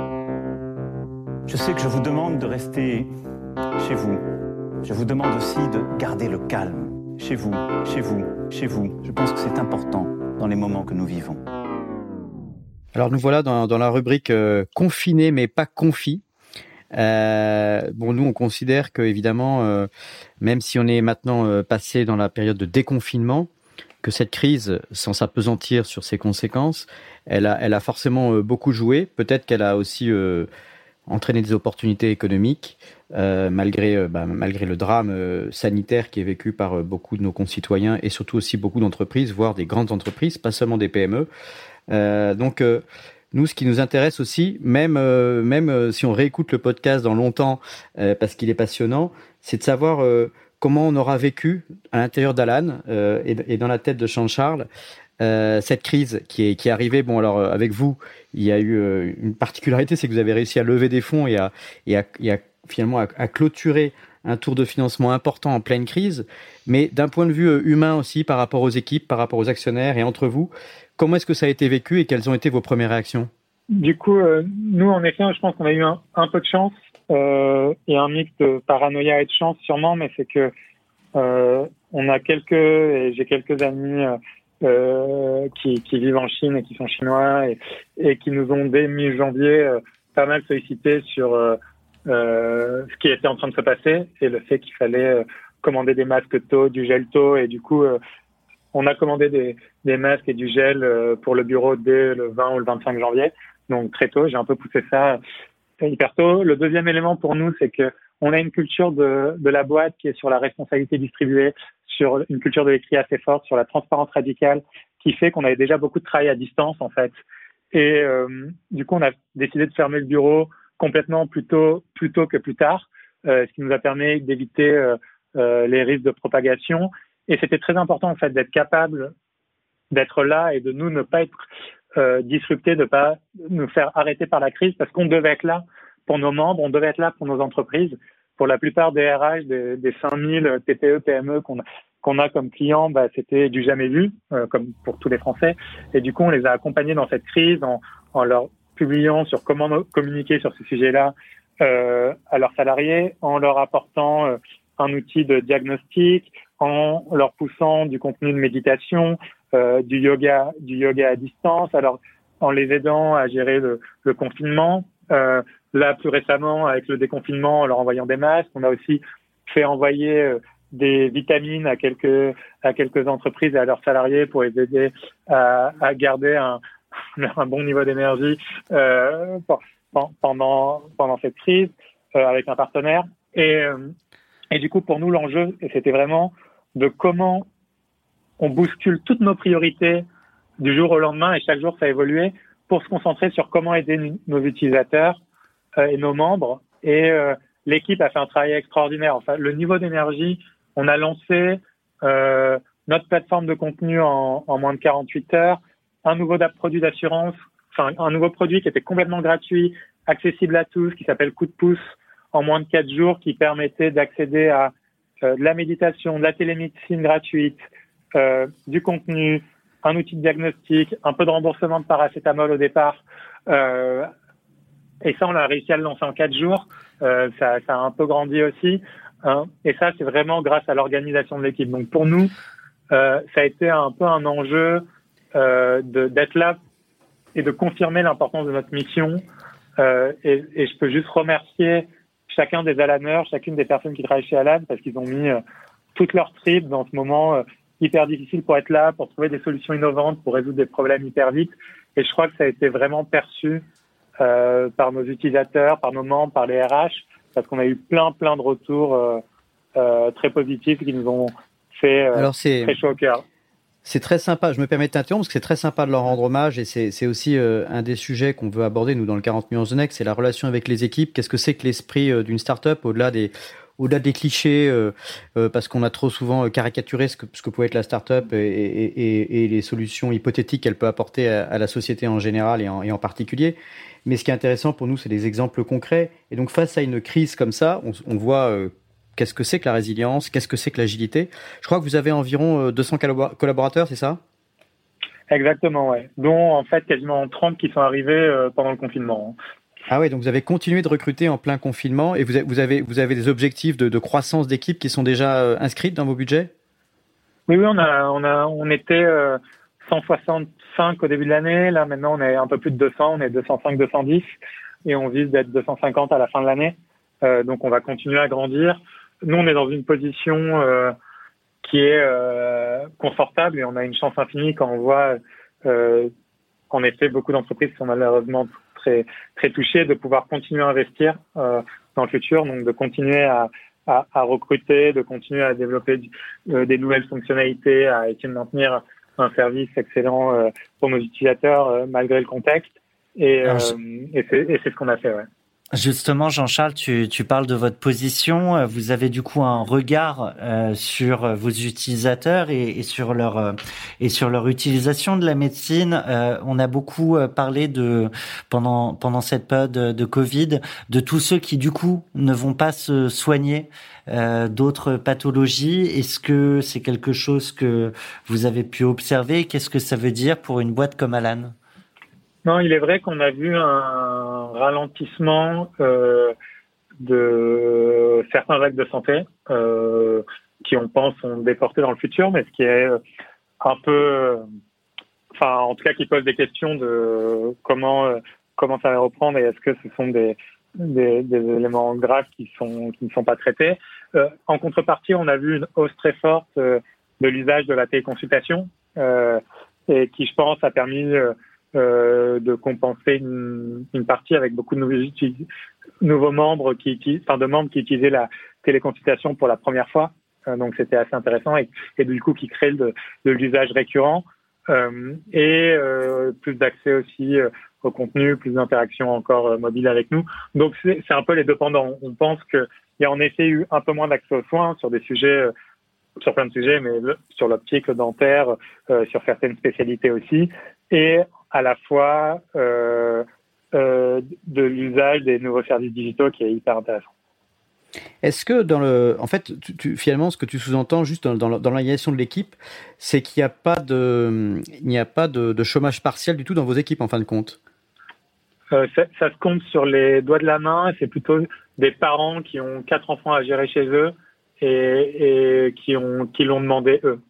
Je sais que je vous demande de rester chez vous. Je vous demande aussi de garder le calme. Chez vous, chez vous, chez vous. Je pense que c'est important dans les moments que nous vivons. Alors nous voilà dans la rubrique confiné mais pas confit. Nous on considère que évidemment, même si on est maintenant passé dans la période de déconfinement, que cette crise, sans s'appesantir sur ses conséquences, elle a forcément beaucoup joué. Peut-être qu'elle a aussi entraîné des opportunités économiques, malgré le drame sanitaire qui est vécu par beaucoup de nos concitoyens et surtout aussi beaucoup d'entreprises, voire des grandes entreprises, pas seulement des PME. Nous, ce qui nous intéresse aussi, même si on réécoute le podcast dans longtemps, parce qu'il est passionnant, c'est de savoir comment on aura vécu à l'intérieur d'Alan et dans la tête de Jean-Charles cette crise qui est arrivée. Bon, alors avec vous, il y a eu une particularité, c'est que vous avez réussi à lever des fonds et à finalement à clôturer un tour de financement important en pleine crise. Mais d'un point de vue humain aussi, par rapport aux équipes, par rapport aux actionnaires et entre vous, comment est-ce que ça a été vécu et quelles ont été vos premières réactions? Du coup, nous, en effet, je pense qu'on a eu un peu de chance et un mix de paranoïa et de chance sûrement, mais c'est que j'ai quelques amis qui vivent en Chine et qui sont chinois et qui nous ont dès mi-janvier pas mal sollicité sur ce qui était en train de se passer et le fait qu'il fallait commander des masques tôt, du gel tôt et du coup on a commandé des masques et du gel pour le bureau dès le 20 ou le 25 janvier, donc très tôt. J'ai un peu poussé ça hyper tôt. Le deuxième élément pour nous, c'est que on a une culture de la boîte qui est sur la responsabilité distribuée, sur une culture de l'écrit assez forte, sur la transparence radicale, qui fait qu'on avait déjà beaucoup de travail à distance en fait. Et du coup, on a décidé de fermer le bureau complètement plus tôt que plus tard, ce qui nous a permis d'éviter les risques de propagation. Et c'était très important en fait d'être capable d'être là et de nous ne pas être disruptés, de pas nous faire arrêter par la crise parce qu'on devait être là pour nos membres, on devait être là pour nos entreprises. Pour la plupart des RH, des 5000 TPE, PME qu'on a comme clients, c'était du jamais vu, comme pour tous les Français. Et du coup, on les a accompagnés dans cette crise en leur publiant sur comment communiquer sur ce sujet-là à leurs salariés, en leur apportant un outil de diagnostic, en leur poussant du contenu de méditation, du yoga à distance. Alors, en les aidant à gérer le confinement. Là, plus récemment, avec le déconfinement, en leur envoyant des masques, on a aussi fait envoyer des vitamines à quelques entreprises et à leurs salariés pour les aider à garder un bon niveau d'énergie pendant cette crise avec un partenaire. Et du coup, pour nous, l'enjeu, c'était vraiment de comment on bouscule toutes nos priorités du jour au lendemain, et chaque jour, ça a évolué, pour se concentrer sur comment aider nos utilisateurs et nos membres. Et l'équipe a fait un travail extraordinaire. Enfin, le niveau d'énergie, on a lancé notre plateforme de contenu en moins de 48 heures, un nouveau produit d'assurance, un nouveau produit qui était complètement gratuit, accessible à tous, qui s'appelle Coup de pouce, en moins de 4 jours, qui permettait d'accéder à de la méditation, de la télémédecine gratuite, du contenu, un outil de diagnostic, un peu de remboursement de paracétamol au départ. Et ça, on a réussi à le lancer en 4 jours. Ça a un peu grandi aussi. Et ça, c'est vraiment grâce à l'organisation de l'équipe. Donc pour nous, ça a été un peu un enjeu d'être là et de confirmer l'importance de notre mission. Et je peux juste remercier chacun des Alaneurs, chacune des personnes qui travaillent chez Alan, parce qu'ils ont mis toute leur tripes dans ce moment hyper difficile pour être là, pour trouver des solutions innovantes, pour résoudre des problèmes hyper vite. Et je crois que ça a été vraiment perçu par nos utilisateurs, par nos membres, par les RH, parce qu'on a eu plein de retours très positifs qui nous ont fait très chaud au cœur. C'est très sympa, je me permets de t'interrompre parce que c'est très sympa de leur rendre hommage, et c'est aussi un des sujets qu'on veut aborder nous dans le 40 nuances de Next, c'est la relation avec les équipes. Qu'est-ce que c'est que l'esprit d'une start-up au-delà des clichés, parce qu'on a trop souvent caricaturé ce que peut être la start-up et les solutions hypothétiques qu'elle peut apporter à la société en général et en particulier. Mais ce qui est intéressant pour nous, c'est des exemples concrets. Et donc face à une crise comme ça, on voit qu'est-ce que c'est que la résilience, qu'est-ce que c'est que l'agilité. Je crois que vous avez environ 200 collaborateurs, c'est ça ? Exactement, ouais. Dont en fait quasiment 30 qui sont arrivés pendant le confinement. Ah oui, donc vous avez continué de recruter en plein confinement, et vous avez des objectifs de croissance d'équipe qui sont déjà inscrits dans vos budgets ? Oui, on était 165 au début de l'année. Là, maintenant, on est un peu plus de 200. On est 205, 210. Et on vise d'être 250 à la fin de l'année. Donc, on va continuer à grandir. Nous, on est dans une position qui est confortable, et on a une chance infinie quand on voit, en effet, beaucoup d'entreprises qui sont malheureusement très, très touchées, de pouvoir continuer à investir dans le futur. Donc, de continuer à recruter, de continuer à développer des nouvelles fonctionnalités, à essayer de maintenir un service excellent pour nos utilisateurs malgré le contexte. Et c'est ce qu'on a fait, ouais. Justement, Jean-Charles, tu parles de votre position. Vous avez du coup un regard sur vos utilisateurs et sur leur utilisation de la médecine. On a beaucoup parlé pendant cette période de Covid de tous ceux qui du coup ne vont pas se soigner d'autres pathologies. Est-ce que c'est quelque chose que vous avez pu observer ? Qu'est-ce que ça veut dire pour une boîte comme Alan ? Non, il est vrai qu'on a vu un ralentissement de certains actes de santé qui, on pense, sont déportés dans le futur, mais ce qui est un peu, en tout cas, qui pose des questions de comment ça va reprendre, et est-ce que ce sont des éléments graves qui ne sont pas traités. En contrepartie, on a vu une hausse très forte de l'usage de la téléconsultation et qui, je pense, a permis de compenser une partie avec beaucoup de nouveaux membres de membres qui utilisaient la téléconsultation pour la première fois. Donc c'était assez intéressant, et du coup qui crée de l'usage récurrent et plus d'accès aussi au contenu, plus d'interactions encore mobiles avec nous. Donc c'est un peu les deux pendants. On pense qu'il y a en effet eu un peu moins d'accès aux soins sur des sujets, sur plein de sujets, mais sur l'optique, le dentaire, sur certaines spécialités aussi, et à la fois de l'usage des nouveaux services digitaux qui est hyper intéressant. Est-ce que finalement, ce que tu sous-entends juste dans l'organisation de l'équipe, c'est qu'il n'y a pas de chômage partiel du tout dans vos équipes en fin de compte ? Ça se compte sur les doigts de la main. C'est plutôt des parents qui ont 4 enfants à gérer chez eux et qui l'ont demandé eux.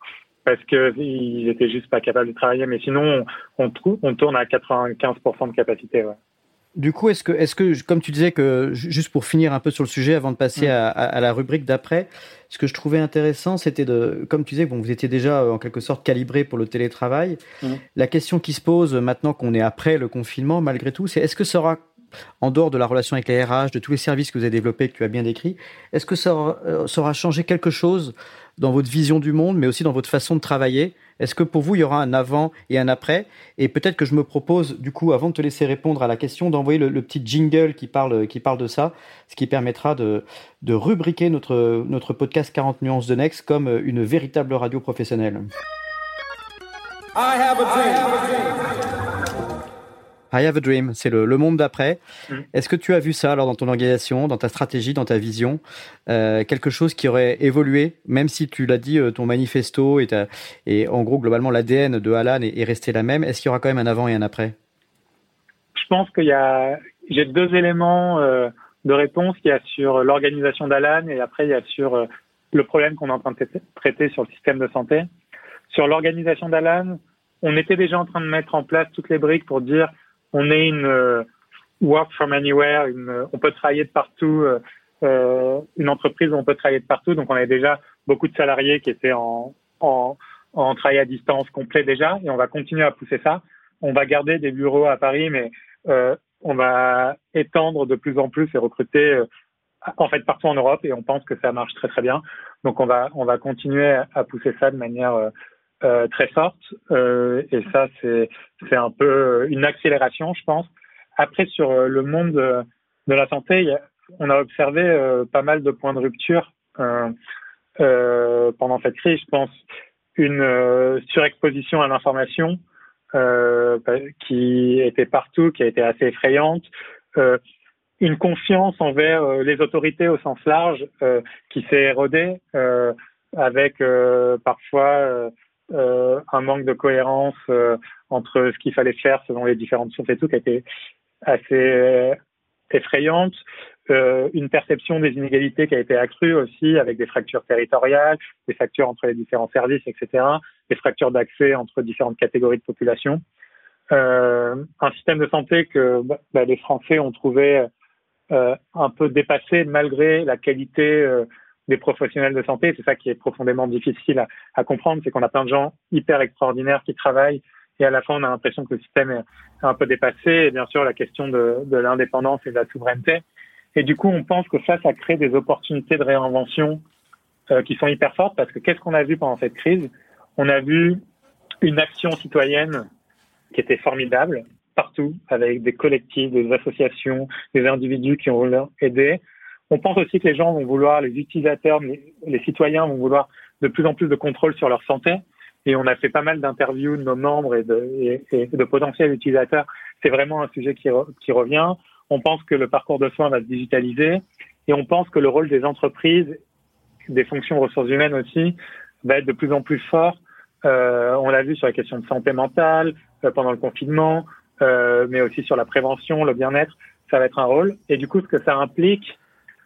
parce qu'ils étaient juste pas capables de travailler. Mais sinon, on tourne à 95% de capacité. Ouais. Du coup, est-ce que, comme tu disais, que juste pour finir un peu sur le sujet avant de passer à la rubrique d'après, ce que je trouvais intéressant, c'était comme tu disais, vous étiez déjà en quelque sorte calibré pour le télétravail. La question qui se pose maintenant qu'on est après le confinement, malgré tout, c'est est-ce que ça aura, en dehors de la relation avec les RH, de tous les services que vous avez développés, que tu as bien décrits, est-ce que ça aura changé quelque chose dans votre vision du monde, mais aussi dans votre façon de travailler? Est-ce que pour vous, il y aura un avant et un après? Et peut-être que je me propose, du coup, avant de te laisser répondre à la question, d'envoyer le petit jingle qui parle de ça, ce qui permettra de rubriquer notre podcast 40 nuances de Next comme une véritable radio professionnelle. I have a dream, c'est le monde d'après. Est-ce que tu as vu ça alors dans ton organisation, dans ta stratégie, dans ta vision, quelque chose qui aurait évolué, même si tu l'as dit, ton manifesto et en gros globalement l'ADN de Alan est resté la même. Est-ce qu'il y aura quand même un avant et un après? Je pense j'ai deux éléments de réponse. Il y a sur l'organisation d'Alan et après il y a sur le problème qu'on est en train de traiter sur le système de santé. Sur l'organisation d'Alan, on était déjà en train de mettre en place toutes les briques pour dire on est une work from anywhere, on peut travailler de partout, une entreprise où on peut travailler de partout. Donc, on avait déjà beaucoup de salariés qui étaient en travail à distance complet déjà, et on va continuer à pousser ça. On va garder des bureaux à Paris, mais on va étendre de plus en plus et recruter en fait partout en Europe, et on pense que ça marche très très bien. Donc, on va continuer à pousser ça de manière très forte, et ça c'est un peu une accélération, je pense. Après, sur le monde de la santé, on a observé pas mal de points de rupture pendant cette crise. Je pense une surexposition à l'information qui était partout, qui a été assez effrayante, une confiance envers les autorités au sens large qui s'est érodée, avec parfois un manque de cohérence entre ce qu'il fallait faire selon les différentes sources et tout, qui a été assez effrayante, une perception des inégalités qui a été accrue aussi, avec des fractures territoriales, des fractures entre les différents services, etc., des fractures d'accès entre différentes catégories de population. Un système de santé que les Français ont trouvé un peu dépassé malgré la qualité des professionnels de santé. C'est ça qui est profondément difficile à comprendre, c'est qu'on a plein de gens hyper extraordinaires qui travaillent, et à la fin on a l'impression que le système est un peu dépassé, et bien sûr la question de l'indépendance et de la souveraineté. Et du coup on pense que ça crée des opportunités de réinvention qui sont hyper fortes, parce que qu'est-ce qu'on a vu pendant cette crise? On a vu une action citoyenne qui était formidable partout, avec des collectifs, des associations, des individus qui ont voulu aider. On pense aussi que les gens vont vouloir, les utilisateurs, les citoyens vont vouloir de plus en plus de contrôle sur leur santé. Et on a fait pas mal d'interviews de nos membres et de potentiels utilisateurs. C'est vraiment un sujet qui revient. On pense que le parcours de soins va se digitaliser, et on pense que le rôle des entreprises, des fonctions ressources humaines aussi, va être de plus en plus fort. On l'a vu sur la question de santé mentale pendant le confinement, mais aussi sur la prévention, le bien-être. Ça va être un rôle. Et du coup, ce que ça implique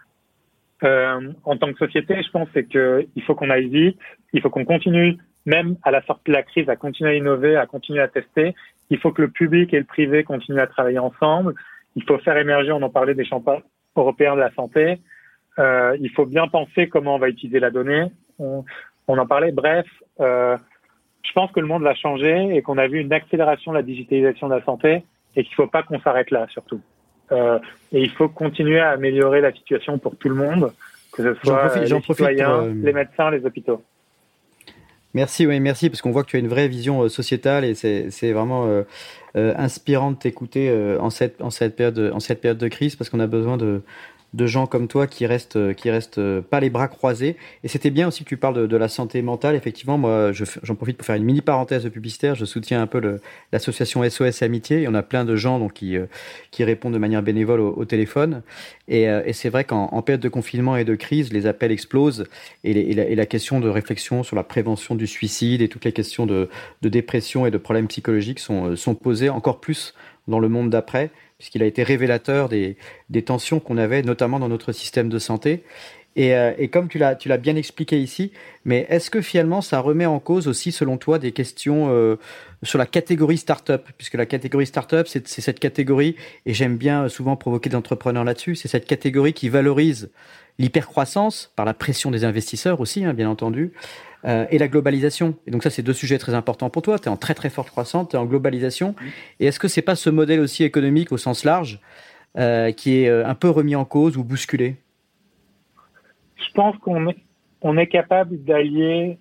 en tant que société, je pense, c'est qu'il faut qu'on aille vite, il faut qu'on continue, même à la sortie de la crise, à continuer à innover, à continuer à tester. Il faut que le public et le privé continuent à travailler ensemble. Il faut faire émerger, on en parlait, des champions européens de la santé. Il faut bien penser comment on va utiliser la donnée. On en parlait. Bref, je pense que le monde va changer et qu'on a vu une accélération de la digitalisation de la santé, et qu'il ne faut pas qu'on s'arrête là, surtout. Et il faut continuer à améliorer la situation pour tout le monde, que ce soit les citoyens, les médecins, les hôpitaux. Merci, parce qu'on voit que tu as une vraie vision sociétale, et c'est vraiment inspirant de t'écouter en cette période de crise, parce qu'on a besoin de gens comme toi qui restent pas les bras croisés. Et c'était bien aussi que tu parles de la santé mentale. Effectivement, moi, j'en profite pour faire une mini parenthèse publicitaire. Je soutiens un peu l'association SOS Amitié. Il y en a plein de gens donc qui répondent de manière bénévole au téléphone. Et c'est vrai qu'en période de confinement et de crise, les appels explosent, et la question de réflexion sur la prévention du suicide et toutes les questions de dépression et de problèmes psychologiques sont posées encore plus dans le monde d'après, puisqu'il a été révélateur des tensions qu'on avait, notamment dans notre système de santé. Et comme tu l'as bien expliqué ici, mais est-ce que finalement ça remet en cause aussi, selon toi, des questions sur la catégorie start-up, puisque la catégorie start-up, c'est cette catégorie, et j'aime bien souvent provoquer des entrepreneurs là-dessus, c'est cette catégorie qui valorise l'hypercroissance par la pression des investisseurs aussi, hein, bien entendu, et la globalisation. Et donc ça, c'est deux sujets très importants pour toi. Tu es en très très forte croissance, tu es en globalisation. Et est-ce que c'est pas ce modèle aussi économique au sens large qui est un peu remis en cause ou bousculé? Je pense qu'on est capable d'allier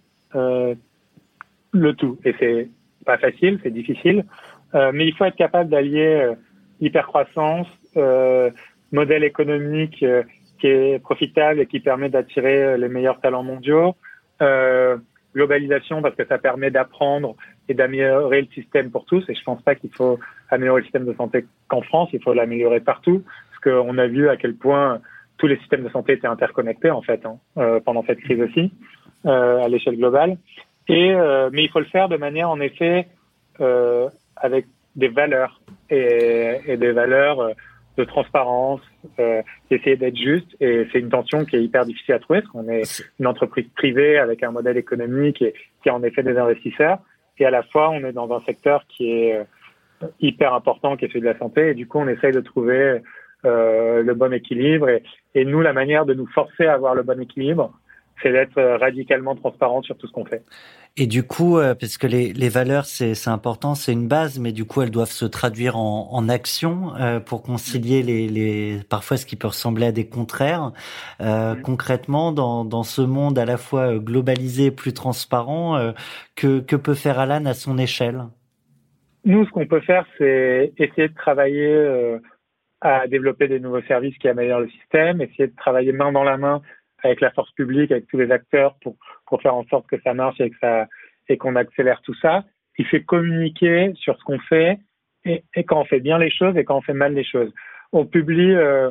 le tout. Et c'est pas facile, c'est difficile, mais il faut être capable d'allier hypercroissance, modèle économique qui est profitable et qui permet d'attirer les meilleurs talents mondiaux, globalisation parce que ça permet d'apprendre et d'améliorer le système pour tous. Et je pense pas qu'il faut améliorer le système de santé qu'en France, il faut l'améliorer partout, parce qu'on a vu à quel point tous les systèmes de santé étaient interconnectés en fait pendant cette crise aussi, à l'échelle globale. Mais il faut le faire de manière en effet avec des valeurs et des valeurs de transparence, d'essayer d'être juste. Et c'est une tension qui est hyper difficile à trouver, parce qu'on est une entreprise privée avec un modèle économique et qui a en effet des investisseurs. Et à la fois, on est dans un secteur qui est hyper important, qui est celui de la santé. Et du coup, on essaye de trouver le bon équilibre. Et nous, la manière de nous forcer à avoir le bon équilibre, c'est d'être radicalement transparent sur tout ce qu'on fait. Et du coup, parce que les valeurs, c'est important, c'est une base, mais du coup, elles doivent se traduire en action pour concilier parfois ce qui peut ressembler à des contraires. Concrètement, dans ce monde à la fois globalisé, plus transparent, que peut faire Alan à son échelle? Nous, ce qu'on peut faire, c'est essayer de travailler à développer des nouveaux services qui améliorent le système, essayer de travailler main dans la main avec la force publique, avec tous les acteurs pour faire en sorte que ça marche et qu'on accélère tout ça. Il fait communiquer sur ce qu'on fait et quand on fait bien les choses et quand on fait mal les choses. On publie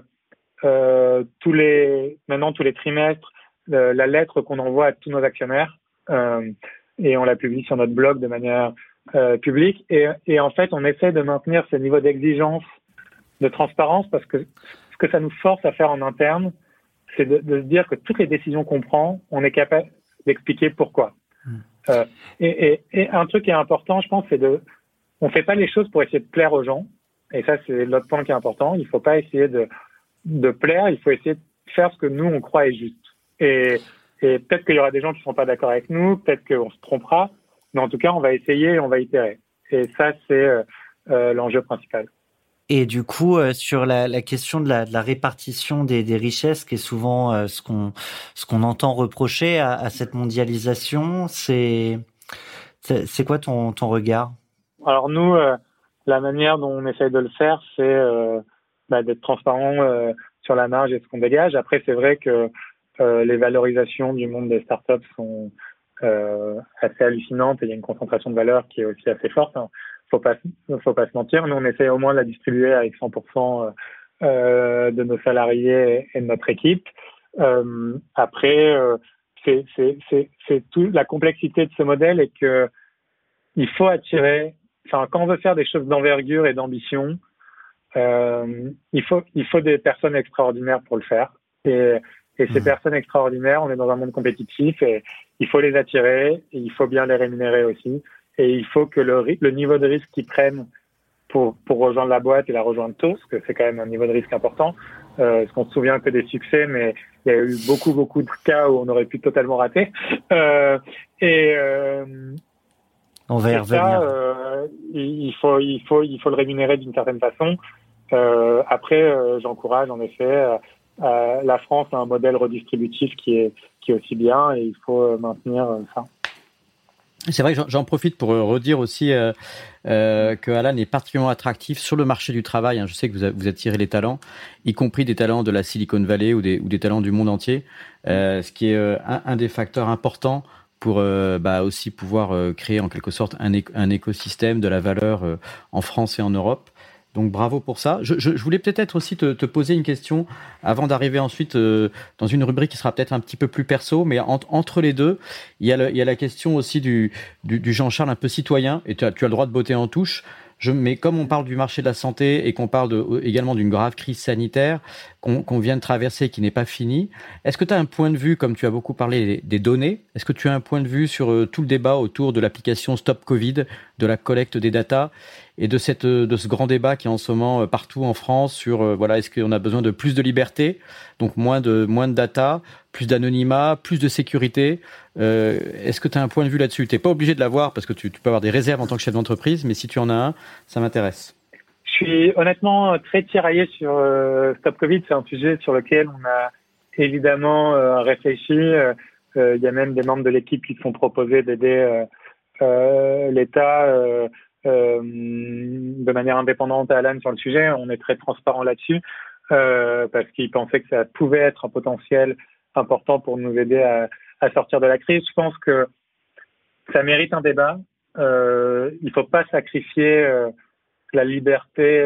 tous les trimestres la lettre qu'on envoie à tous nos actionnaires et on la publie sur notre blog de manière publique et en fait on essaie de maintenir ce niveau d'exigence, de transparence, parce que ce que ça nous force à faire en interne, c'est de se dire que toutes les décisions qu'on prend, on est capable d'expliquer pourquoi. Et un truc qui est important, je pense, on fait pas les choses pour essayer de plaire aux gens. Et ça, c'est l'autre point qui est important. Il faut pas essayer de plaire. Il faut essayer de faire ce que nous, on croit est juste. Et peut-être qu'il y aura des gens qui seront pas d'accord avec nous. Peut-être qu'on se trompera. Mais en tout cas, on va essayer et on va itérer. Et ça, c'est l'enjeu principal. Et du coup, sur la question de la répartition des richesses, qui est souvent ce qu'on entend reprocher à cette mondialisation, c'est quoi ton regard? Alors nous, la manière dont on essaye de le faire, c'est d'être transparent sur la marge et ce qu'on dégage. Après, c'est vrai que les valorisations du monde des startups sont assez hallucinantes et il y a une concentration de valeur qui est aussi assez forte. Hein. Faut pas se mentir. Nous, on essaie au moins de la distribuer avec 100% de nos salariés et de notre équipe. Après, c'est tout. La complexité de ce modèle est que il faut attirer. Enfin, quand on veut faire des choses d'envergure et d'ambition, il faut des personnes extraordinaires pour le faire. Et ces personnes extraordinaires, on est dans un monde compétitif et il faut les attirer et il faut bien les rémunérer aussi. Et il faut que le niveau de risque qu'ils prennent pour rejoindre la boîte et la rejoindre tôt, parce que c'est quand même un niveau de risque important. Parce qu'on se souvient que des succès, mais il y a eu beaucoup de cas où on aurait pu totalement rater. On va y revenir. Il faut le rémunérer d'une certaine façon. Après, j'encourage en effet. La France a un modèle redistributif qui est aussi bien et il faut maintenir ça. C'est vrai que j'en profite pour redire aussi que Alan est particulièrement attractif sur le marché du travail. Je sais que vous attirez les talents, y compris des talents de la Silicon Valley ou des talents du monde entier, ce qui est un des facteurs importants pour aussi pouvoir créer en quelque sorte un écosystème de la valeur en France et en Europe. Donc bravo pour ça. Je voulais peut-être aussi te poser une question avant d'arriver ensuite dans une rubrique qui sera peut-être un petit peu plus perso, mais entre les deux, il y a la question aussi du Jean-Charles un peu citoyen, et tu as le droit de botter en touche. Mais comme on parle du marché de la santé et qu'on parle également d'une grave crise sanitaire qu'on vient de traverser qui n'est pas finie, est-ce que tu as un point de vue, comme tu as beaucoup parlé des données, est-ce que tu as un point de vue sur tout le débat autour de l'application Stop Covid, de la collecte des datas et de ce grand débat qui est en ce moment partout en France sur est-ce qu'on a besoin de plus de liberté, donc moins de data, plus d'anonymat, plus de sécurité. Est-ce que tu as un point de vue là-dessus? Tu n'es pas obligé de l'avoir parce que tu peux avoir des réserves en tant que chef d'entreprise, mais si tu en as un, ça m'intéresse. Je suis honnêtement très tiraillé sur Stop Covid. C'est un sujet sur lequel on a évidemment réfléchi. Il y a même des membres de l'équipe qui se sont proposés d'aider l'État de manière indépendante à Alan sur le sujet. On est très transparent là-dessus parce qu'ils pensaient que ça pouvait être un potentiel important pour nous aider à sortir de la crise. Je pense que ça mérite un débat. Il faut pas sacrifier la liberté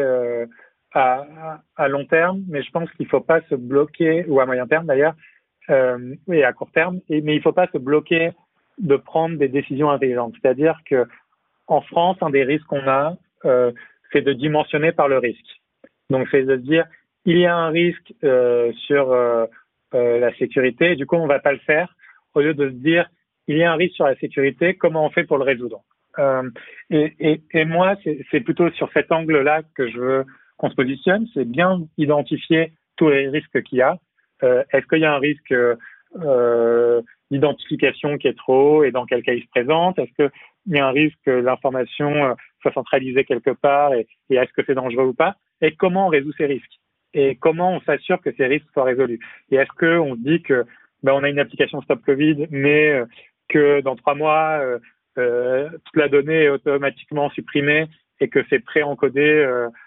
à long terme, mais je pense qu'il faut pas se bloquer, ou à moyen terme d'ailleurs, et à court terme, mais il faut pas se bloquer de prendre des décisions intelligentes. C'est-à-dire que en France, un des risques qu'on a, c'est de dimensionner par le risque. Donc, c'est de se dire, il y a un risque sur la sécurité, et du coup, on va pas le faire, au lieu de se dire, il y a un risque sur la sécurité, comment on fait pour le résoudre? Et moi, c'est plutôt sur cet angle-là que je veux qu'on se positionne, c'est bien identifier tous les risques qu'il y a. Est-ce qu'il y a un risque d'identification qui est trop haut et dans quel cas il se présente? Est-ce qu'il y a un risque que l'information soit centralisée quelque part et est-ce que c'est dangereux ou pas? Et comment on résout ces risques? Et comment on s'assure que ces risques soient résolus? Et est-ce qu'on se dit que on a une application Stop Covid, mais que dans 3 mois, toute la donnée est automatiquement supprimée et que c'est pré-encodé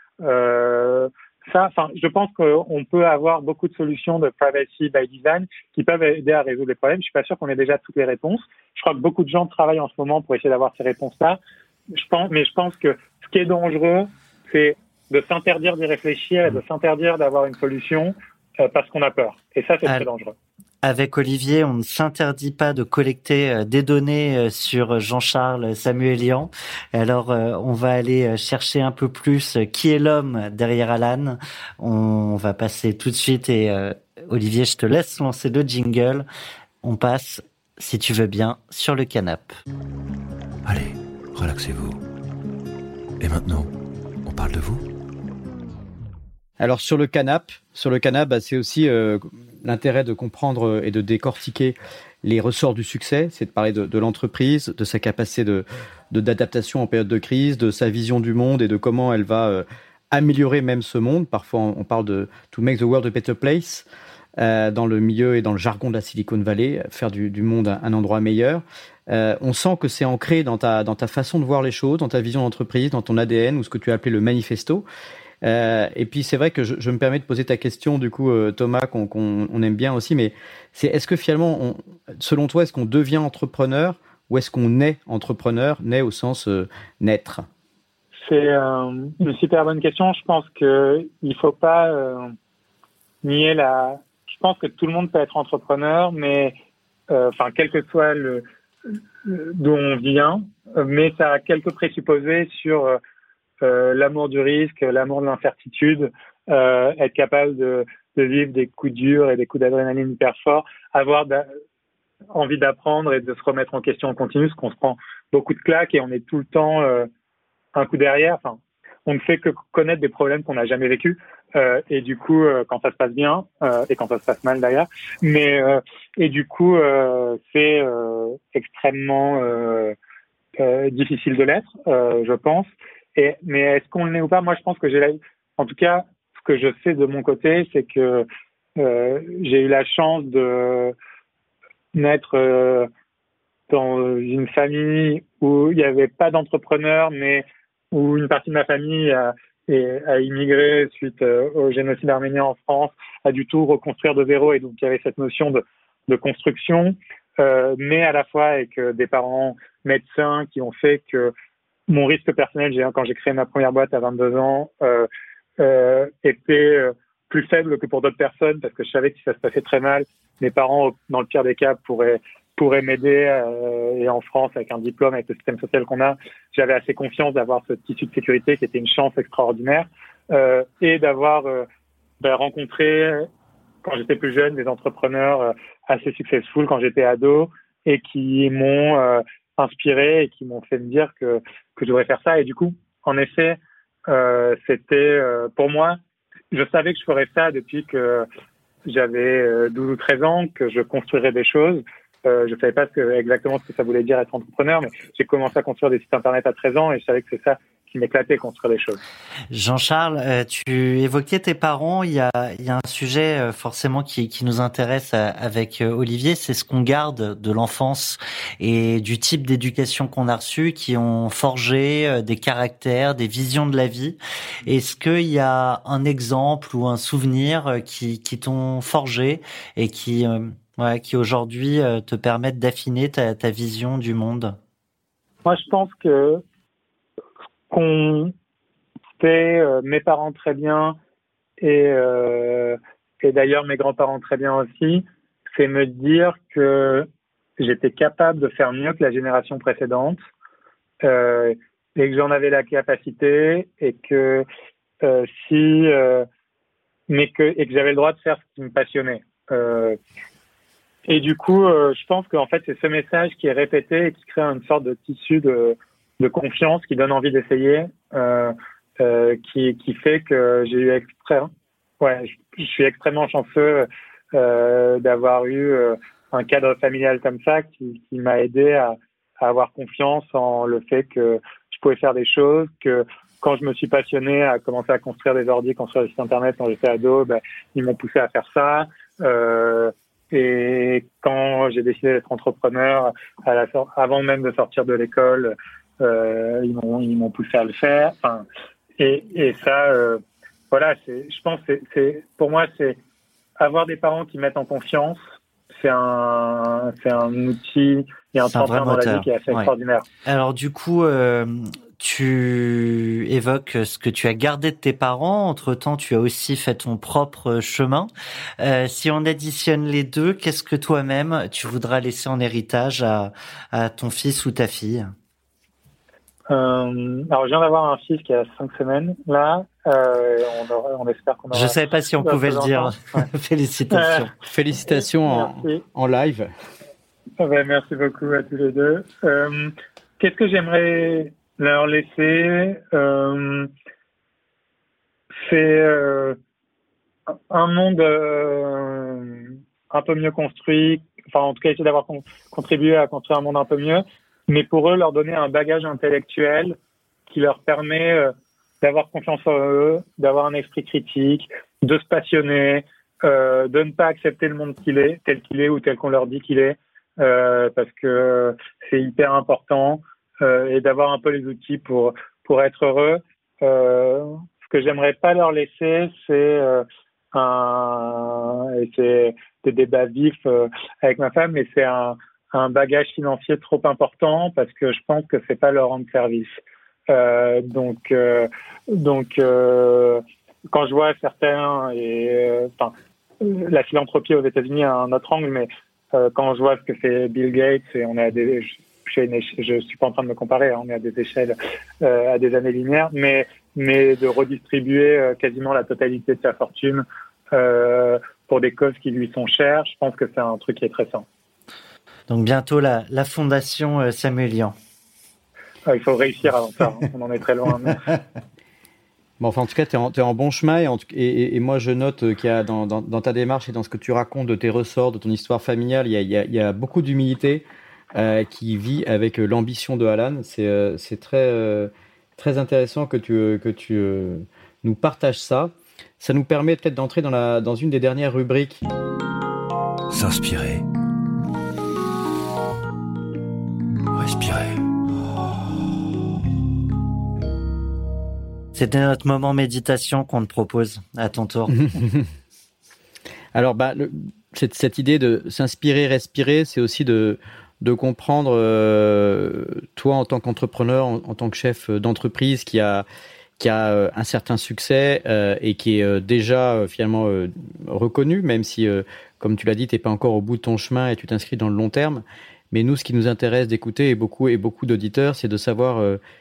je pense qu'on peut avoir beaucoup de solutions de privacy by design qui peuvent aider à résoudre les problèmes. Je suis pas sûr qu'on ait déjà toutes les réponses. Je crois que beaucoup de gens travaillent en ce moment pour essayer d'avoir ces réponses-là. Mais je pense que ce qui est dangereux, c'est de s'interdire d'y réfléchir et de s'interdire d'avoir une solution parce qu'on a peur. Et ça, c'est très dangereux. Avec Olivier, on ne s'interdit pas de collecter des données sur Jean-Charles Samuelian. Alors, on va aller chercher un peu plus qui est l'homme derrière Alan. On va passer tout de suite et Olivier, je te laisse lancer le jingle. On passe, si tu veux bien, sur le canapé. Allez, relaxez-vous. Et maintenant, on parle de vous ? Alors sur le canapé, c'est aussi l'intérêt de comprendre et de décortiquer les ressorts du succès, c'est de parler de l'entreprise, de sa capacité d'adaptation en période de crise, de sa vision du monde et de comment elle va améliorer même ce monde. Parfois on parle de to make the world a better place dans le milieu et dans le jargon de la Silicon Valley, faire du monde un endroit meilleur. On sent que c'est ancré dans ta façon de voir les choses, dans ta vision d'entreprise, dans ton ADN ou ce que tu as appelé le manifesto. Et puis c'est vrai que je me permets de poser ta question du coup Thomas qu'on aime bien aussi, mais est-ce que finalement selon toi est-ce qu'on devient entrepreneur ou est-ce qu'on est entrepreneur, naît au sens naître? C'est une super bonne question. Je pense que il faut pas nier je pense que tout le monde peut être entrepreneur, mais quel que soit d'où on vient, mais ça a quelques présupposés sur l'amour du risque, l'amour de l'incertitude, être capable de vivre des coups durs et des coups d'adrénaline hyper forts, avoir envie d'apprendre et de se remettre en question en continu, parce qu'on se prend beaucoup de claques et on est tout le temps un coup derrière. Enfin, on ne fait que connaître des problèmes qu'on n'a jamais vécus et du coup, quand ça se passe bien et quand ça se passe mal d'ailleurs, mais et du coup, c'est extrêmement difficile de l'être, je pense. Mais est-ce qu'on l'est ou pas? Moi, je pense que en tout cas, ce que je sais de mon côté, c'est que j'ai eu la chance de naître dans une famille où il n'y avait pas d'entrepreneurs, mais où une partie de ma famille a immigré suite au génocide arménien en France, a dû tout reconstruire de zéro, et donc il y avait cette notion de construction, mais à la fois avec des parents médecins qui ont fait que mon risque personnel, quand j'ai créé ma première boîte à 22 ans, était plus faible que pour d'autres personnes parce que je savais que si ça se passait très mal, mes parents, dans le pire des cas, pourraient m'aider. Et en France, avec un diplôme, avec le système social qu'on a, j'avais assez confiance d'avoir ce tissu de sécurité qui était une chance extraordinaire, et d'avoir rencontré, quand j'étais plus jeune, des entrepreneurs assez successful quand j'étais ado et qui m'ont inspiré et qui m'ont fait me dire que je devrais faire ça. Et du coup, en effet, c'était pour moi, je savais que je ferais ça depuis que j'avais 12 ou 13 ans, que je construirais des choses. Je savais pas exactement ce que ça voulait dire être entrepreneur, mais j'ai commencé à construire des sites internet à 13 ans et je savais que c'est ça qui m'éclatait, construire des choses. Jean-Charles, tu évoquais tes parents. Il y a un sujet forcément qui nous intéresse avec Olivier, c'est ce qu'on garde de l'enfance et du type d'éducation qu'on a reçu, qui ont forgé des caractères, des visions de la vie. Est-ce qu'il y a un exemple ou un souvenir qui t'ont forgé et qui aujourd'hui te permettent d'affiner ta vision du monde? Moi, je pense que qu'on fait mes parents très bien et d'ailleurs mes grands-parents très bien aussi, c'est me dire que j'étais capable de faire mieux que la génération précédente et que j'en avais la capacité et que et que j'avais le droit de faire ce qui me passionnait. Et du coup, je pense qu'en fait, c'est ce message qui est répété et qui crée une sorte de tissu de confiance, qui donne envie d'essayer, qui fait que j'ai eu je suis extrêmement chanceux d'avoir eu un cadre familial comme ça qui m'a aidé à avoir confiance en le fait que je pouvais faire des choses, que quand je me suis passionné à commencer à construire des ordi, construire des sites internet quand j'étais ado, ils m'ont poussé à faire ça. Et quand j'ai décidé d'être entrepreneur, avant même de sortir de l'école, ils m'ont poussé à le faire. Enfin, et ça, je pense c'est pour moi, c'est avoir des parents qui mettent en confiance. C'est un outil et un tremplin dans la vie qui est assez extraordinaire. Alors du coup, tu évoques ce que tu as gardé de tes parents. Entre-temps, tu as aussi fait ton propre chemin. Si on additionne les deux, qu'est-ce que toi-même, tu voudras laisser en héritage à ton fils ou ta fille? Alors, je viens d'avoir un fils qui a 5 semaines, là. On espère qu'on aura... Je savais pas si on pouvait le dire. Ouais. Félicitations. Félicitations en live. Merci beaucoup à tous les deux. Qu'est-ce que j'aimerais leur laisser? C'est un monde un peu mieux construit. Enfin, en tout cas, essayer d'avoir contribué à construire un monde un peu mieux. Mais pour eux, leur donner un bagage intellectuel qui leur permet d'avoir confiance en eux, d'avoir un esprit critique, de se passionner, de ne pas accepter le monde tel qu'il est ou tel qu'on leur dit qu'il est, parce que c'est hyper important, et d'avoir un peu les outils pour être heureux. Ce que j'aimerais pas leur laisser, c'est c'est des débats vifs avec ma femme, mais c'est un bagage financier trop important parce que je pense que c'est pas leur rendre service. Donc quand je vois certains la philanthropie aux États-Unis a un autre angle, mais quand je vois ce que fait Bill Gates, et on est je suis pas en train de me comparer, on est à des échelles à des années-lumière, mais de redistribuer quasiment la totalité de sa fortune pour des causes qui lui sont chères, je pense que c'est un truc qui est très sain. Donc bientôt la fondation Samuelian. Il faut réussir avant ça, on en est très loin. Mais... Bon, enfin, en tout cas, tu es en bon chemin et moi je note qu'il y a dans ta démarche et dans ce que tu racontes de tes ressorts, de ton histoire familiale, il y a beaucoup d'humilité qui vit avec l'ambition de Alan. C'est très, très intéressant que tu nous partages ça. Ça nous permet peut-être d'entrer dans une des dernières rubriques. S'inspirer. Respirer. C'était notre moment méditation qu'on te propose à ton tour. Alors, cette idée de s'inspirer, respirer, c'est aussi de comprendre, toi en tant qu'entrepreneur, en tant que chef d'entreprise qui a un certain succès et qui est déjà finalement reconnu, même si, comme tu l'as dit, tu n'es pas encore au bout de ton chemin et tu t'inscris dans le long terme. Mais nous, ce qui nous intéresse d'écouter, et beaucoup d'auditeurs, c'est de savoir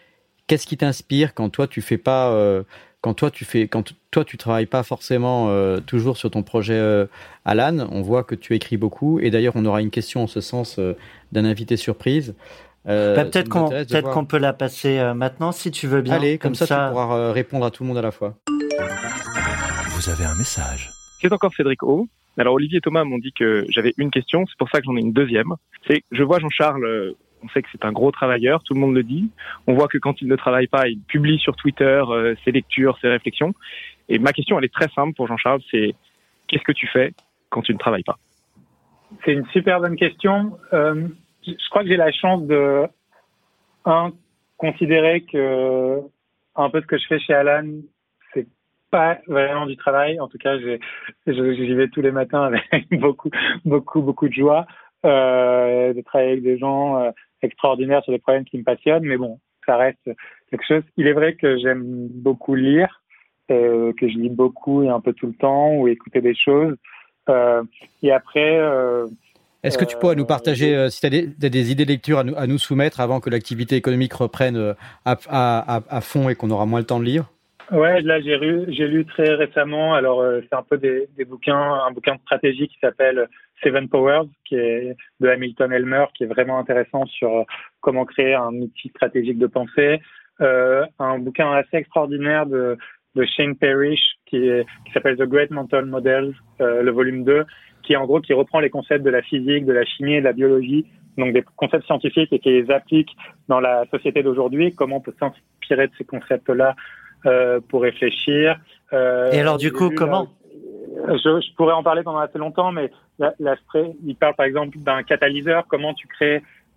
qu'est-ce qui t'inspire quand toi tu fais pas, quand toi tu travailles pas forcément toujours sur ton projet Alan. On voit que tu écris beaucoup, et d'ailleurs on aura une question en ce sens d'un invité surprise. Peut-être qu'on peut la passer maintenant, si tu veux bien. Allez, comme ça tu pourras répondre à tout le monde à la fois. Vous avez un message. C'est encore Cédric O. Alors Olivier et Thomas m'ont dit que j'avais une question, c'est pour ça que j'en ai une deuxième. C'est, je vois Jean-Charles, on sait que c'est un gros travailleur, tout le monde le dit. On voit que quand il ne travaille pas, il publie sur Twitter ses lectures, ses réflexions. Et ma question, elle est très simple pour Jean-Charles, c'est qu'est-ce que tu fais quand tu ne travailles pas? C'est une super bonne question. Je crois que j'ai la chance de, considérer que un peu ce que je fais chez Alan, c'est pas vraiment du travail. En tout cas, j'y vais tous les matins avec beaucoup de joie, de travailler avec des gens extraordinaires sur des problèmes qui me passionnent. Mais bon, ça reste quelque chose. Il est vrai que j'aime beaucoup lire, que je lis beaucoup et un peu tout le temps, ou écouter des choses. Et après, est-ce que tu pourrais nous partager si tu as des idées de lecture à nous soumettre avant que l'activité économique reprenne à fond et qu'on aura moins le temps de lire? Ouais, là j'ai lu très récemment. Alors c'est un peu un bouquin de stratégie qui s'appelle Seven Powers, qui est de Hamilton Elmer, qui est vraiment intéressant sur comment créer un outil stratégique de pensée. Un bouquin assez extraordinaire de Shane Parrish qui s'appelle The Great Mental Models, le volume 2, qui reprend les concepts de la physique, de la chimie et de la biologie, donc des concepts scientifiques, et qui les applique dans la société d'aujourd'hui. Comment on peut s'inspirer de ces concepts-là pour réfléchir. Et alors du coup, comment je pourrais en parler pendant assez longtemps, mais il parle par exemple d'un catalyseur. Comment tu crées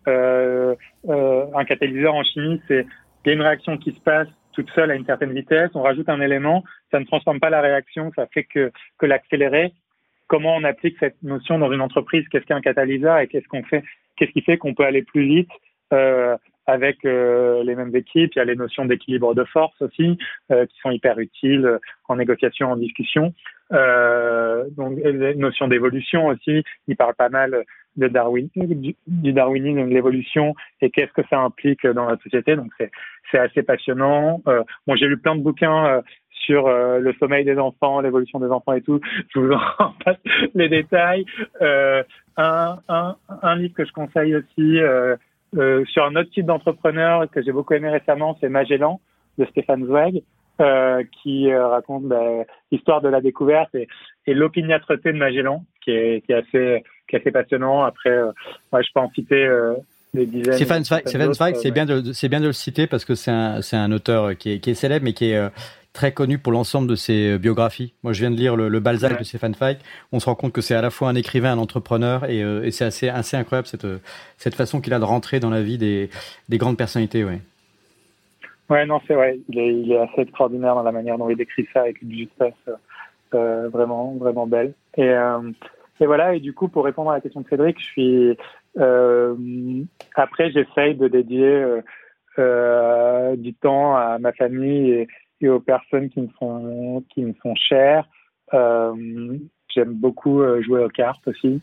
un catalyseur en chimie? Il y a une réaction qui se passe toute seule à une certaine vitesse, on rajoute un élément, ça ne transforme pas la réaction, ça fait que l'accélérer. Comment on applique cette notion dans une entreprise? Qu'est-ce qu'un catalyseur et qu'est-ce qui fait qu'on peut aller plus vite avec les mêmes équipes? Il y a les notions d'équilibre de force aussi qui sont hyper utiles en négociation, en discussion. Donc les notions d'évolution aussi, il parle pas mal de du darwinisme, de l'évolution, et qu'est-ce que ça implique dans la société. Donc c'est assez passionnant. J'ai lu plein de bouquins sur le sommeil des enfants, l'évolution des enfants et tout. Je vous en passe les détails. Un livre que je conseille aussi sur un autre type d'entrepreneur que j'ai beaucoup aimé récemment, c'est Magellan de Stefan Zweig, qui raconte l'histoire de la découverte et l'opiniâtreté de Magellan, qui est assez passionnant. Après, je peux en citer des dizaines. Stefan Zweig, c'est bien de le citer parce que c'est un auteur qui est célèbre, mais qui est très connu pour l'ensemble de ses biographies. Moi, je viens de lire le Balzac de Stefan Zweig. On se rend compte que c'est à la fois un écrivain, un entrepreneur, et c'est assez incroyable cette façon qu'il a de rentrer dans la vie des grandes personnalités. Ouais. Ouais, non, c'est vrai. Il est assez extraordinaire dans la manière dont il décrit ça, avec une justesse vraiment, vraiment belle. Et voilà. Et du coup, pour répondre à la question de Cédric, après, j'essaye de dédier du temps à ma famille et aux personnes qui me sont chères. J'aime beaucoup jouer aux cartes aussi.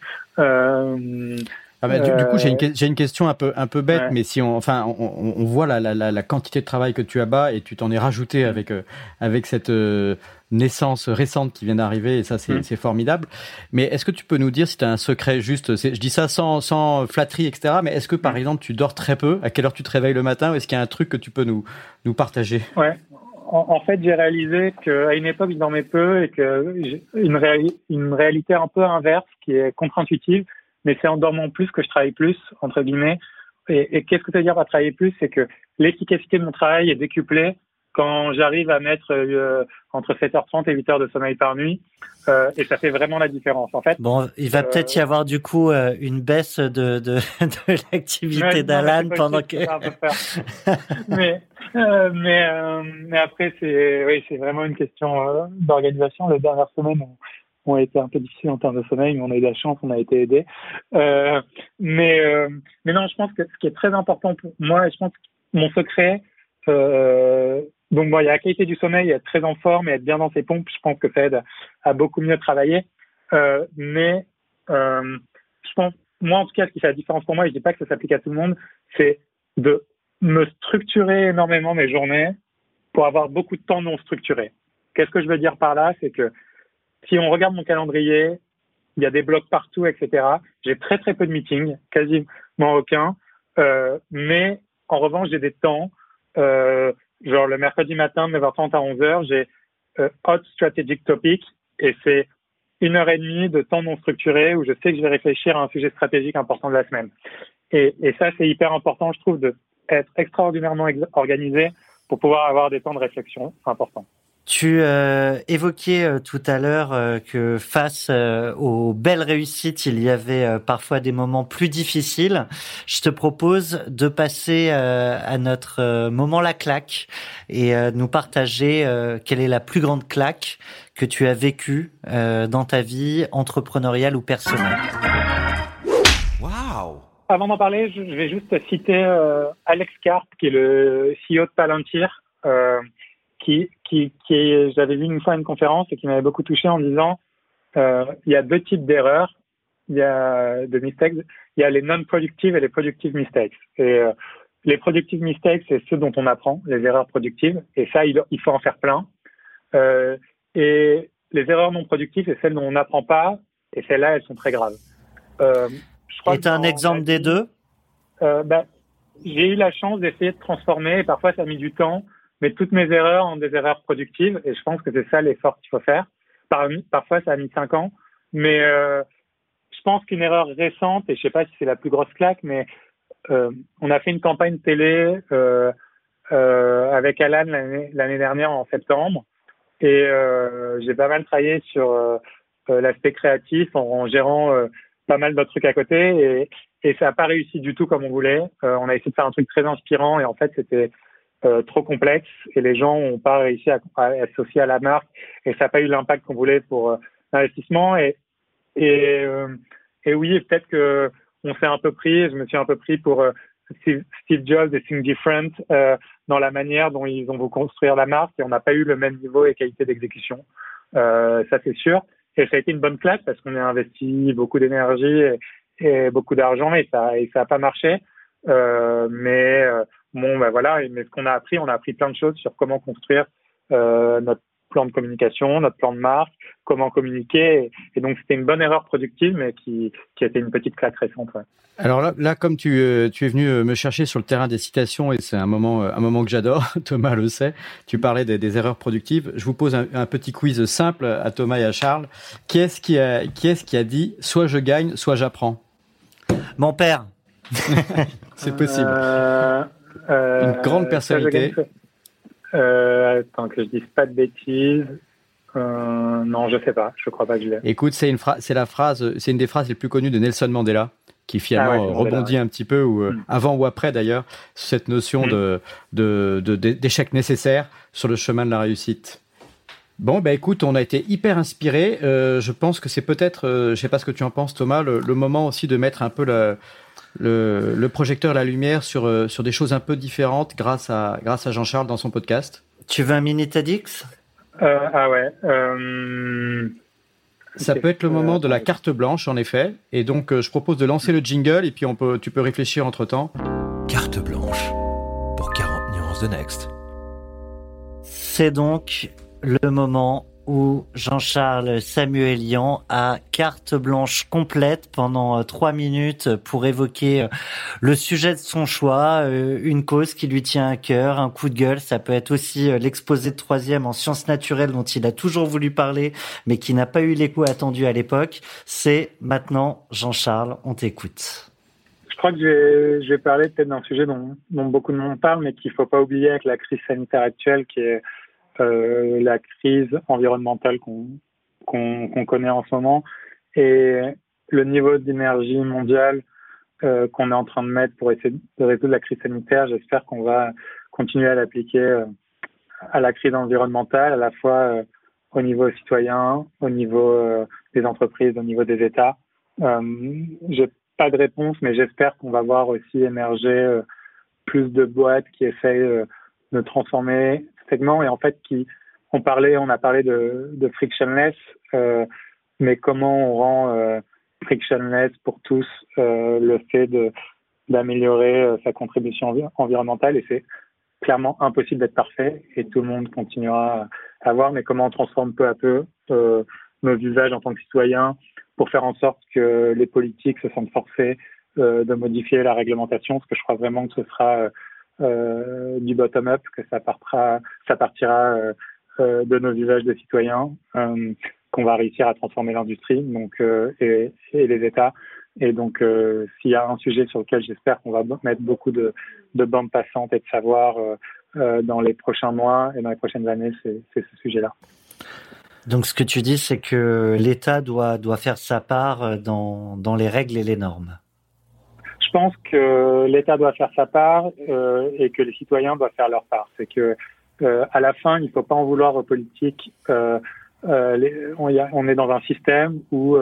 Du coup, j'ai une question un peu bête, mais si on voit la quantité de travail que tu as bas, et tu t'en es rajouté avec cette naissance récente qui vient d'arriver, et ça c'est formidable. Mais est-ce que tu peux nous dire si tu as un secret juste? Je dis ça sans flatterie, etc. Mais est-ce que par exemple tu dors très peu? À quelle heure tu te réveilles le matin? Ou est-ce qu'il y a un truc que tu peux nous partager? Ouais. En fait, j'ai réalisé qu'à une époque, je dormais peu, et que j'ai une réalité un peu inverse qui est contre-intuitive. Mais c'est en dormant plus que je travaille plus, entre guillemets. Et qu'est-ce que ça veut dire par travailler plus? C'est que l'efficacité de mon travail est décuplée quand j'arrive à mettre entre 7h30 et 8h de sommeil par nuit. Et ça fait vraiment la différence, en fait. Bon, il va peut-être y avoir du coup une baisse de l'activité d'Alan pendant que... mais après, c'est vraiment une question d'organisation. Les dernières semaines ont été un peu difficiles en termes de sommeil, mais on a eu de la chance, on a été aidés. Mais non, je pense que ce qui est très important pour moi, je pense que mon secret, donc il y a la qualité du sommeil, être très en forme et être bien dans ses pompes, je pense que ça aide à beaucoup mieux travailler. Mais je pense, moi en tout cas, ce qui fait la différence pour moi, et je dis pas que ça s'applique à tout le monde, c'est de me structurer énormément mes journées pour avoir beaucoup de temps non structuré. Qu'est-ce que je veux dire par là? C'est que si on regarde mon calendrier, il y a des blocs partout, etc. J'ai très très peu de meetings, quasiment aucun. Mais en revanche, j'ai des temps, genre le mercredi matin, de 9h30 à 11h, j'ai Hot Strategic Topic, et c'est 1h30 de temps non structuré où je sais que je vais réfléchir à un sujet stratégique important de la semaine. Et ça, c'est hyper important, je trouve, d'être extraordinairement organisé pour pouvoir avoir des temps de réflexion importants. Tu évoquais tout à l'heure que face aux belles réussites, il y avait parfois des moments plus difficiles. Je te propose de passer à notre moment la claque et nous partager quelle est la plus grande claque que tu as vécue dans ta vie entrepreneuriale ou personnelle. Waouh! Avant d'en parler, je vais juste citer Alex Karp, qui est le CEO de Palantir, qui j'avais vu une fois une conférence et qui m'avait beaucoup touché en disant il y a deux types d'erreurs, il y a de mistakes, il y a les non-productive et les productive mistakes. Et les productive mistakes, c'est ceux dont on apprend, les erreurs productives, et ça, il faut en faire plein. Et les erreurs non productives, c'est celles dont on n'apprend pas, et celles-là, elles sont très graves. Et tu as un exemple des deux? J'ai eu la chance d'essayer de transformer, et parfois ça a mis du temps, mais toutes mes erreurs en des erreurs productives, et je pense que c'est ça l'effort qu'il faut faire. Parfois ça a mis 5 ans, mais je pense qu'une erreur récente, et je sais pas si c'est la plus grosse claque, mais on a fait une campagne télé avec Alan l'année dernière en septembre, et j'ai pas mal travaillé sur l'aspect créatif en gérant pas mal d'autres trucs à côté, et ça n'a pas réussi du tout comme on voulait. On a essayé de faire un truc très inspirant, et en fait c'était trop complexe, et les gens n'ont pas réussi à associer à la marque, et ça n'a pas eu l'impact qu'on voulait pour l'investissement. Et oui, peut-être que on s'est un peu pris, je me suis un peu pris pour Steve Jobs et Think Different dans la manière dont ils ont voulu construire la marque, et on n'a pas eu le même niveau et qualité d'exécution. Ça c'est sûr. Et ça a été une bonne claque parce qu'on a investi beaucoup d'énergie et beaucoup d'argent, et ça a pas marché. Mais voilà. Mais ce qu'on a appris, on a appris plein de choses sur comment construire notre plan de communication, notre plan de marque, comment communiquer. Et donc c'était une bonne erreur productive, mais qui a été une petite claque récente. Ouais. Alors là, comme tu es venu me chercher sur le terrain des citations, et c'est un moment que j'adore, Thomas le sait, tu parlais des erreurs productives. Je vous pose un petit quiz simple à Thomas et à Charles. Qui est-ce qui a dit « soit je gagne, soit j'apprends » ? Mon père. C'est possible. Une grande personnalité. Attends, que je dise pas de bêtises. Non, je sais pas. Je crois pas que je l'ai. Écoute, c'est une des phrases les plus connues de Nelson Mandela, qui finalement rebondit un petit peu, avant ou après d'ailleurs, sur cette notion d'échec nécessaire sur le chemin de la réussite. Bon, écoute, on a été hyper inspirés. Je pense que c'est peut-être, je sais pas ce que tu en penses, Thomas, le moment aussi de mettre un peu le projecteur, la lumière sur des choses un peu différentes grâce à Jean-Charles dans son podcast. Tu veux un mini TEDx? Ça peut être le moment de la carte blanche, en effet. Et donc, je propose de lancer le jingle, et puis tu peux réfléchir entre-temps. Carte blanche pour 40 nuances de Next. C'est donc le moment où Jean-Charles Samuelian a carte blanche complète pendant 3 minutes pour évoquer le sujet de son choix, une cause qui lui tient à cœur, un coup de gueule. Ça peut être aussi l'exposé de 3e en sciences naturelles dont il a toujours voulu parler, mais qui n'a pas eu l'écho attendu à l'époque. C'est maintenant, Jean-Charles, on t'écoute. Je crois que je vais parler peut-être d'un sujet dont beaucoup de monde parle, mais qu'il ne faut pas oublier avec la crise sanitaire actuelle, qui est la crise environnementale qu'on connaît en ce moment, et le niveau d'énergie mondiale qu'on est en train de mettre pour essayer de résoudre la crise sanitaire. J'espère qu'on va continuer à l'appliquer à la crise environnementale, à la fois au niveau citoyen, au niveau des entreprises, au niveau des États. J'ai pas de réponse, mais j'espère qu'on va voir aussi émerger plus de boîtes qui essayent de transformer segment, et en fait on a parlé de frictionless, mais comment on rend frictionless pour tous le fait d'améliorer sa contribution environnementale, et c'est clairement impossible d'être parfait, et tout le monde continuera à voir, mais comment on transforme peu à peu nos usages en tant que citoyens pour faire en sorte que les politiques se sentent forcés de modifier la réglementation, parce que je crois vraiment que ce sera du bottom-up, que ça partira de nos usages de citoyens, qu'on va réussir à transformer l'industrie, donc et les États. Et donc, s'il y a un sujet sur lequel j'espère qu'on va mettre beaucoup de bandes passantes et de savoir dans les prochains mois et dans les prochaines années, c'est ce sujet-là. Donc, ce que tu dis, c'est que l'État doit faire sa part dans les règles et les normes. Je pense que l'État doit faire sa part et que les citoyens doivent faire leur part. C'est que à la fin, il ne faut pas en vouloir aux politiques. On est dans un système où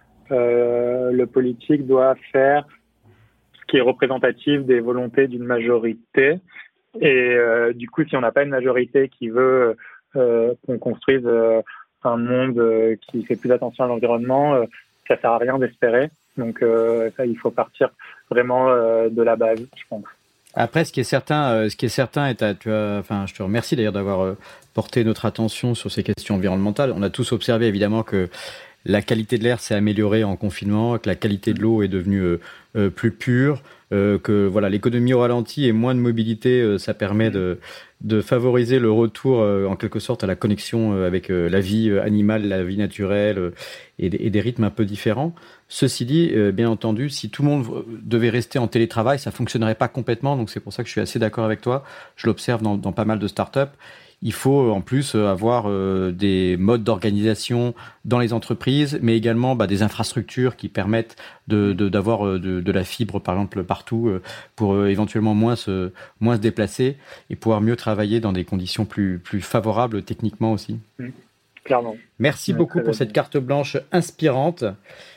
le politique doit faire ce qui est représentatif des volontés d'une majorité. Et du coup, si on n'a pas une majorité qui veut qu'on construise un monde qui fait plus attention à l'environnement, ça sert à rien d'espérer. Donc ça, il faut partir vraiment de la base, je pense. Après, ce qui est certain, et je te remercie d'ailleurs d'avoir porté notre attention sur ces questions environnementales. On a tous observé évidemment que la qualité de l'air s'est améliorée en confinement, que la qualité de l'eau est devenue plus pure, que voilà, l'économie au ralenti et moins de mobilité, ça permet de favoriser le retour en quelque sorte à la connexion avec la vie animale, la vie naturelle et des rythmes un peu différents. Ceci dit, bien entendu, si tout le monde devait rester en télétravail, ça fonctionnerait pas complètement. Donc c'est pour ça que je suis assez d'accord avec toi. Je l'observe dans pas mal de startups. Il faut en plus avoir des modes d'organisation dans les entreprises, mais également des infrastructures qui permettent d'avoir de la fibre, par exemple, partout pour éventuellement moins se déplacer et pouvoir mieux travailler dans des conditions plus favorables techniquement aussi. Clairement. Merci beaucoup pour cette carte blanche inspirante.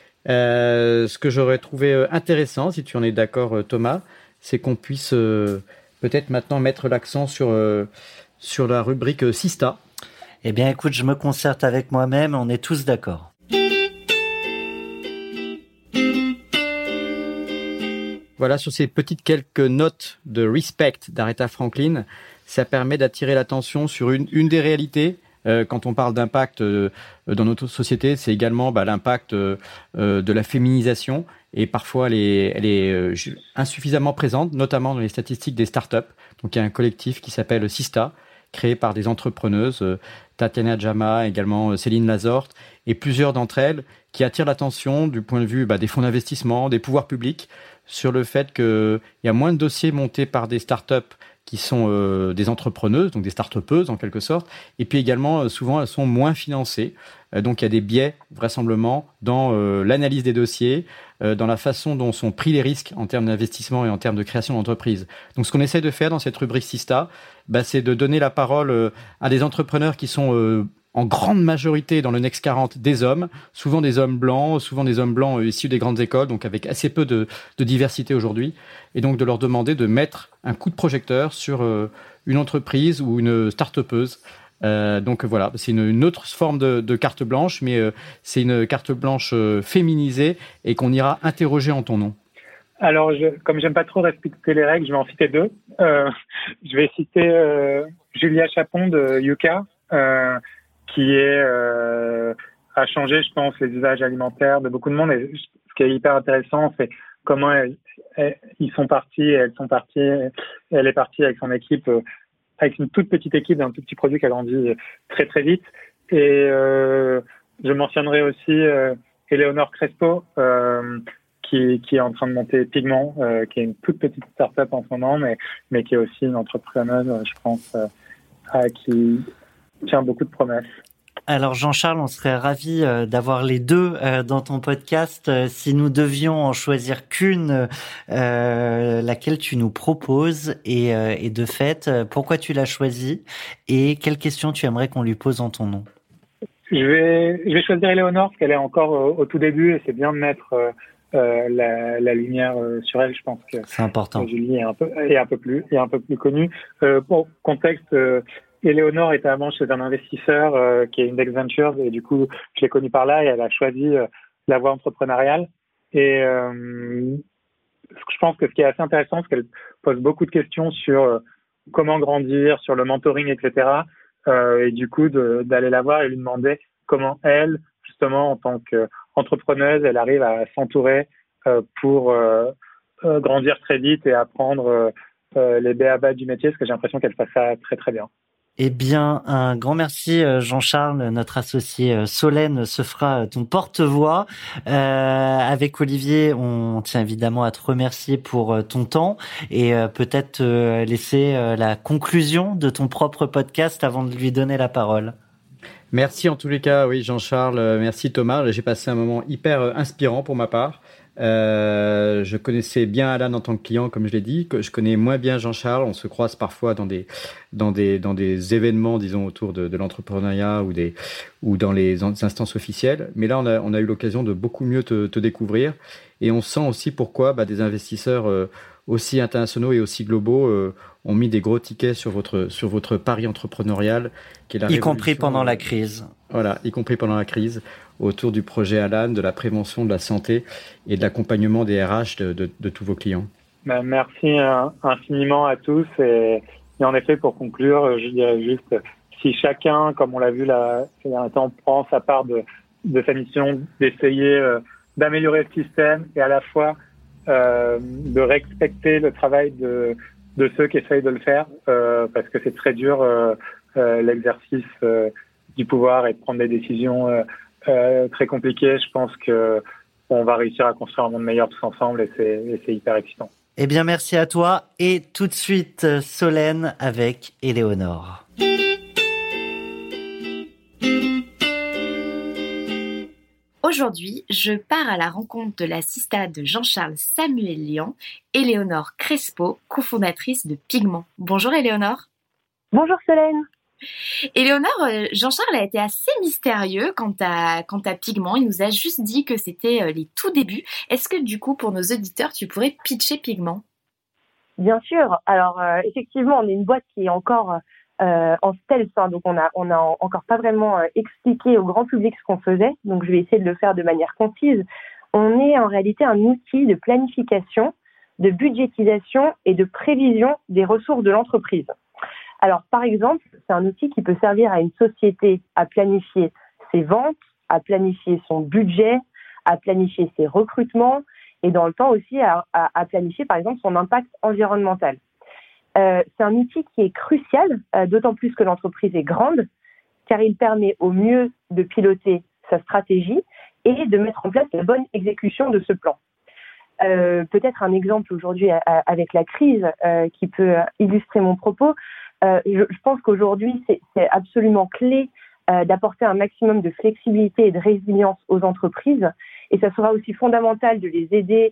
Ce que j'aurais trouvé intéressant, si tu en es d'accord, Thomas, c'est qu'on puisse peut-être maintenant mettre l'accent sur la rubrique Sista. Eh bien, écoute, je me concerte avec moi-même, on est tous d'accord. Voilà, sur ces petites quelques notes de respect d'Aretha Franklin, ça permet d'attirer l'attention sur une des réalités. Quand on parle d'impact dans notre société, c'est également l'impact de la féminisation. Et parfois, elle est insuffisamment présente, notamment dans les statistiques des startups. Donc, il y a un collectif qui s'appelle Sista, créé par des entrepreneuses, Tatiana Jama, également Céline Lazorte, et plusieurs d'entre elles qui attirent l'attention du point de vue des fonds d'investissement, des pouvoirs publics, sur le fait qu'il y a moins de dossiers montés par des startups qui sont des entrepreneuses, donc des start-upeuses en quelque sorte, et puis également souvent elles sont moins financées. Donc il y a des biais vraisemblablement dans l'analyse des dossiers, dans la façon dont sont pris les risques en termes d'investissement et en termes de création d'entreprise. Donc ce qu'on essaie de faire dans cette rubrique Sista, c'est de donner la parole à des entrepreneurs qui sont en grande majorité dans le Next 40 des hommes, souvent des hommes blancs issus des grandes écoles, donc avec assez peu de diversité aujourd'hui, et donc de leur demander de mettre un coup de projecteur sur une entreprise ou une start-upeuse. Donc voilà, c'est une autre forme de carte blanche, mais c'est une carte blanche féminisée et qu'on ira interroger en ton nom. Alors, comme j'aime pas trop respecter les règles, je vais en citer deux. Je vais citer Julia Chapon de Yuka, qui a changé, je pense, les usages alimentaires de beaucoup de monde. Et ce qui est hyper intéressant, c'est comment ils sont partis, elles sont parties. Elle est partie avec son équipe, avec une toute petite équipe d'un tout petit produit qui a grandi très très vite. Et je mentionnerai aussi Eleonore Crespo, qui est en train de monter Pigment, qui est une toute petite start-up en ce moment, mais qui est aussi une entrepreneuse, je pense, qui tient beaucoup de promesses. Alors Jean-Charles, on serait ravis d'avoir les deux dans ton podcast. Si nous devions en choisir qu'une, laquelle tu nous proposes et de fait, pourquoi tu l'as choisie et quelles questions tu aimerais qu'on lui pose en ton nom? Je vais choisir Eleonore parce qu'elle est encore au tout début et c'est bien de mettre la lumière sur elle. Je pense que c'est important. Julie est un peu plus connue. Pour contexte. Eleonore était avant chez un investisseur qui est Index Ventures et du coup je l'ai connue par là et elle a choisi la voie entrepreneuriale et je pense que ce qui est assez intéressant, c'est qu'elle pose beaucoup de questions sur comment grandir, sur le mentoring, etc. Et du coup, d'aller la voir et lui demander comment elle, justement, en tant qu'entrepreneuse, elle arrive à s'entourer pour grandir très vite et apprendre les b.a.-ba du métier, parce que j'ai l'impression qu'elle fait ça très très bien. Eh bien, un grand merci Jean-Charles, notre associé Solène se fera ton porte-voix. Avec Olivier, on tient évidemment à te remercier pour ton temps et peut-être laisser la conclusion de ton propre podcast avant de lui donner la parole. Merci en tous les cas, oui Jean-Charles, merci Thomas. J'ai passé un moment hyper inspirant pour ma part. Je connaissais bien Alan en tant que client, comme je l'ai dit. Je connais moins bien Jean-Charles. On se croise parfois dans des événements, disons, autour de l'entrepreneuriat ou dans les instances officielles. Mais là, on a eu l'occasion de beaucoup mieux te découvrir. Et on sent aussi pourquoi des investisseurs aussi internationaux et aussi globaux ont mis des gros tickets sur votre pari entrepreneurial, qui est la y compris pendant la crise. Voilà, y compris pendant la crise, autour du projet Alan, de la prévention de la santé et de l'accompagnement des RH de tous vos clients. Merci infiniment à tous. Et en effet, pour conclure, je dirais juste, si chacun, comme on l'a vu là, ces derniers temps, prend sa part de sa mission d'essayer d'améliorer le système et à la fois de respecter le travail de ceux qui essayent de le faire, parce que c'est très dur l'exercice du pouvoir et de prendre des décisions très compliquées. Je pense que on va réussir à construire un monde meilleur tous ensemble et c'est hyper excitant. Eh bien, merci à toi. Et tout de suite, Solène avec Éléonore. Aujourd'hui, je pars à la rencontre de la sista de Jean-Charles Samuelian, Éléonore Crespo, cofondatrice de Pigment. Bonjour Éléonore. Bonjour Solène. Éléonore, Jean-Charles a été assez mystérieux quant à Pigment. Il nous a juste dit que c'était les tout débuts. Est-ce que du coup, pour nos auditeurs, tu pourrais pitcher Pigment ? Bien sûr. Alors, effectivement, on est une boîte qui est encore en stealth, hein, donc on a encore pas vraiment expliqué au grand public ce qu'on faisait. Donc, je vais essayer de le faire de manière concise. On est en réalité un outil de planification, de budgétisation et de prévision des ressources de l'entreprise. Alors, par exemple, c'est un outil qui peut servir à une société à planifier ses ventes, à planifier son budget, à planifier ses recrutements et dans le temps aussi à planifier, par exemple, son impact environnemental. C'est un outil qui est crucial, d'autant plus que l'entreprise est grande, car il permet au mieux de piloter sa stratégie et de mettre en place la bonne exécution de ce plan. Peut-être un exemple aujourd'hui avec la crise qui peut illustrer mon propos. Je pense qu'aujourd'hui, c'est absolument clé d'apporter un maximum de flexibilité et de résilience aux entreprises. Et ça sera aussi fondamental de les aider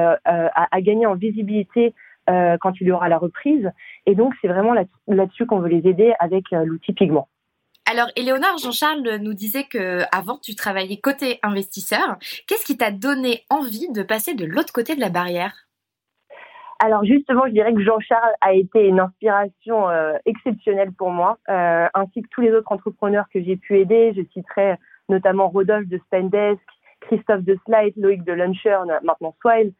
à gagner en visibilité quand il y aura la reprise. Et donc, c'est vraiment là-dessus qu'on veut les aider avec l'outil Pigment. Alors, Éléonore, Jean-Charles nous disait qu'avant, tu travaillais côté investisseur. Qu'est-ce qui t'a donné envie de passer de l'autre côté de la barrière ? Alors justement, je dirais que Jean-Charles a été une inspiration exceptionnelle pour moi, ainsi que tous les autres entrepreneurs que j'ai pu aider. Je citerai notamment Rodolphe de Spendesk, Christophe de Slide, Loïc de Launcher, maintenant Swile,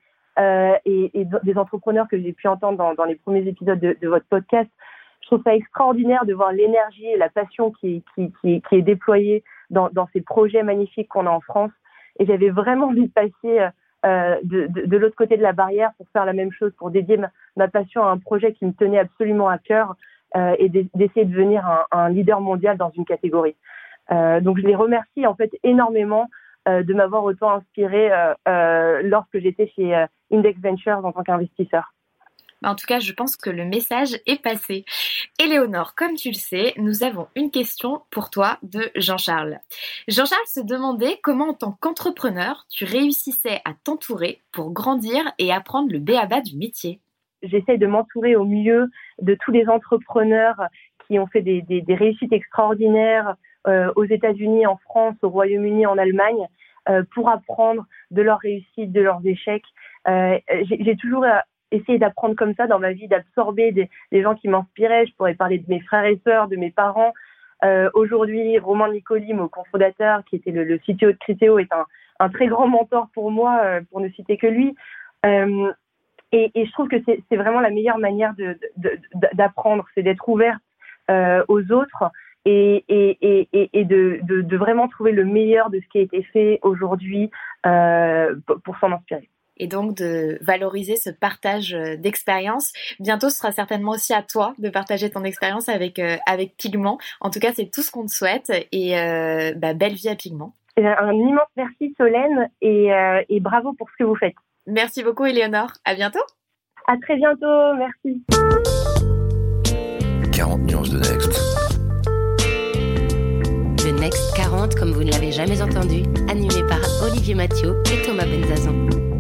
et des entrepreneurs que j'ai pu entendre dans les premiers épisodes de votre podcast. Je trouve ça extraordinaire de voir l'énergie et la passion qui est déployée dans ces projets magnifiques qu'on a en France. Et j'avais vraiment envie de passer de l'autre côté de la barrière pour faire la même chose, pour dédier ma passion à un projet qui me tenait absolument à cœur et d'essayer de devenir un leader mondial dans une catégorie. Donc je les remercie en fait énormément de m'avoir autant inspiré lorsque j'étais chez Index Ventures en tant qu'investisseur. En tout cas, je pense que le message est passé. Éléonore, comme tu le sais, nous avons une question pour toi de Jean-Charles. Jean-Charles se demandait comment, en tant qu'entrepreneur, tu réussissais à t'entourer pour grandir et apprendre le b.a.-ba du métier. J'essaie de m'entourer au mieux de tous les entrepreneurs qui ont fait des réussites extraordinaires aux États-Unis, en France, au Royaume-Uni, en Allemagne, pour apprendre de leurs réussites, de leurs échecs. J'ai toujours essayer d'apprendre comme ça dans ma vie, d'absorber des gens qui m'inspiraient. Je pourrais parler de mes frères et sœurs, de mes parents. Aujourd'hui, Romain Nicoli, mon cofondateur, qui était le CTO de Criteo, est un très grand mentor pour moi, pour ne citer que lui. Et je trouve que c'est vraiment la meilleure manière d'apprendre, c'est d'être ouverte aux autres et de vraiment trouver le meilleur de ce qui a été fait aujourd'hui pour s'en inspirer. Et donc de valoriser ce partage d'expérience. Bientôt, ce sera certainement aussi à toi de partager ton expérience avec Pigment. En tout cas, c'est tout ce qu'on te souhaite et belle vie à Pigment. Un immense merci Solène et bravo pour ce que vous faites. Merci beaucoup Éléonore. À bientôt. À très bientôt. Merci. 40 nuances de Next. Le Next 40, comme vous ne l'avez jamais entendu, animé par Olivier Mathieu et Thomas Benzazan.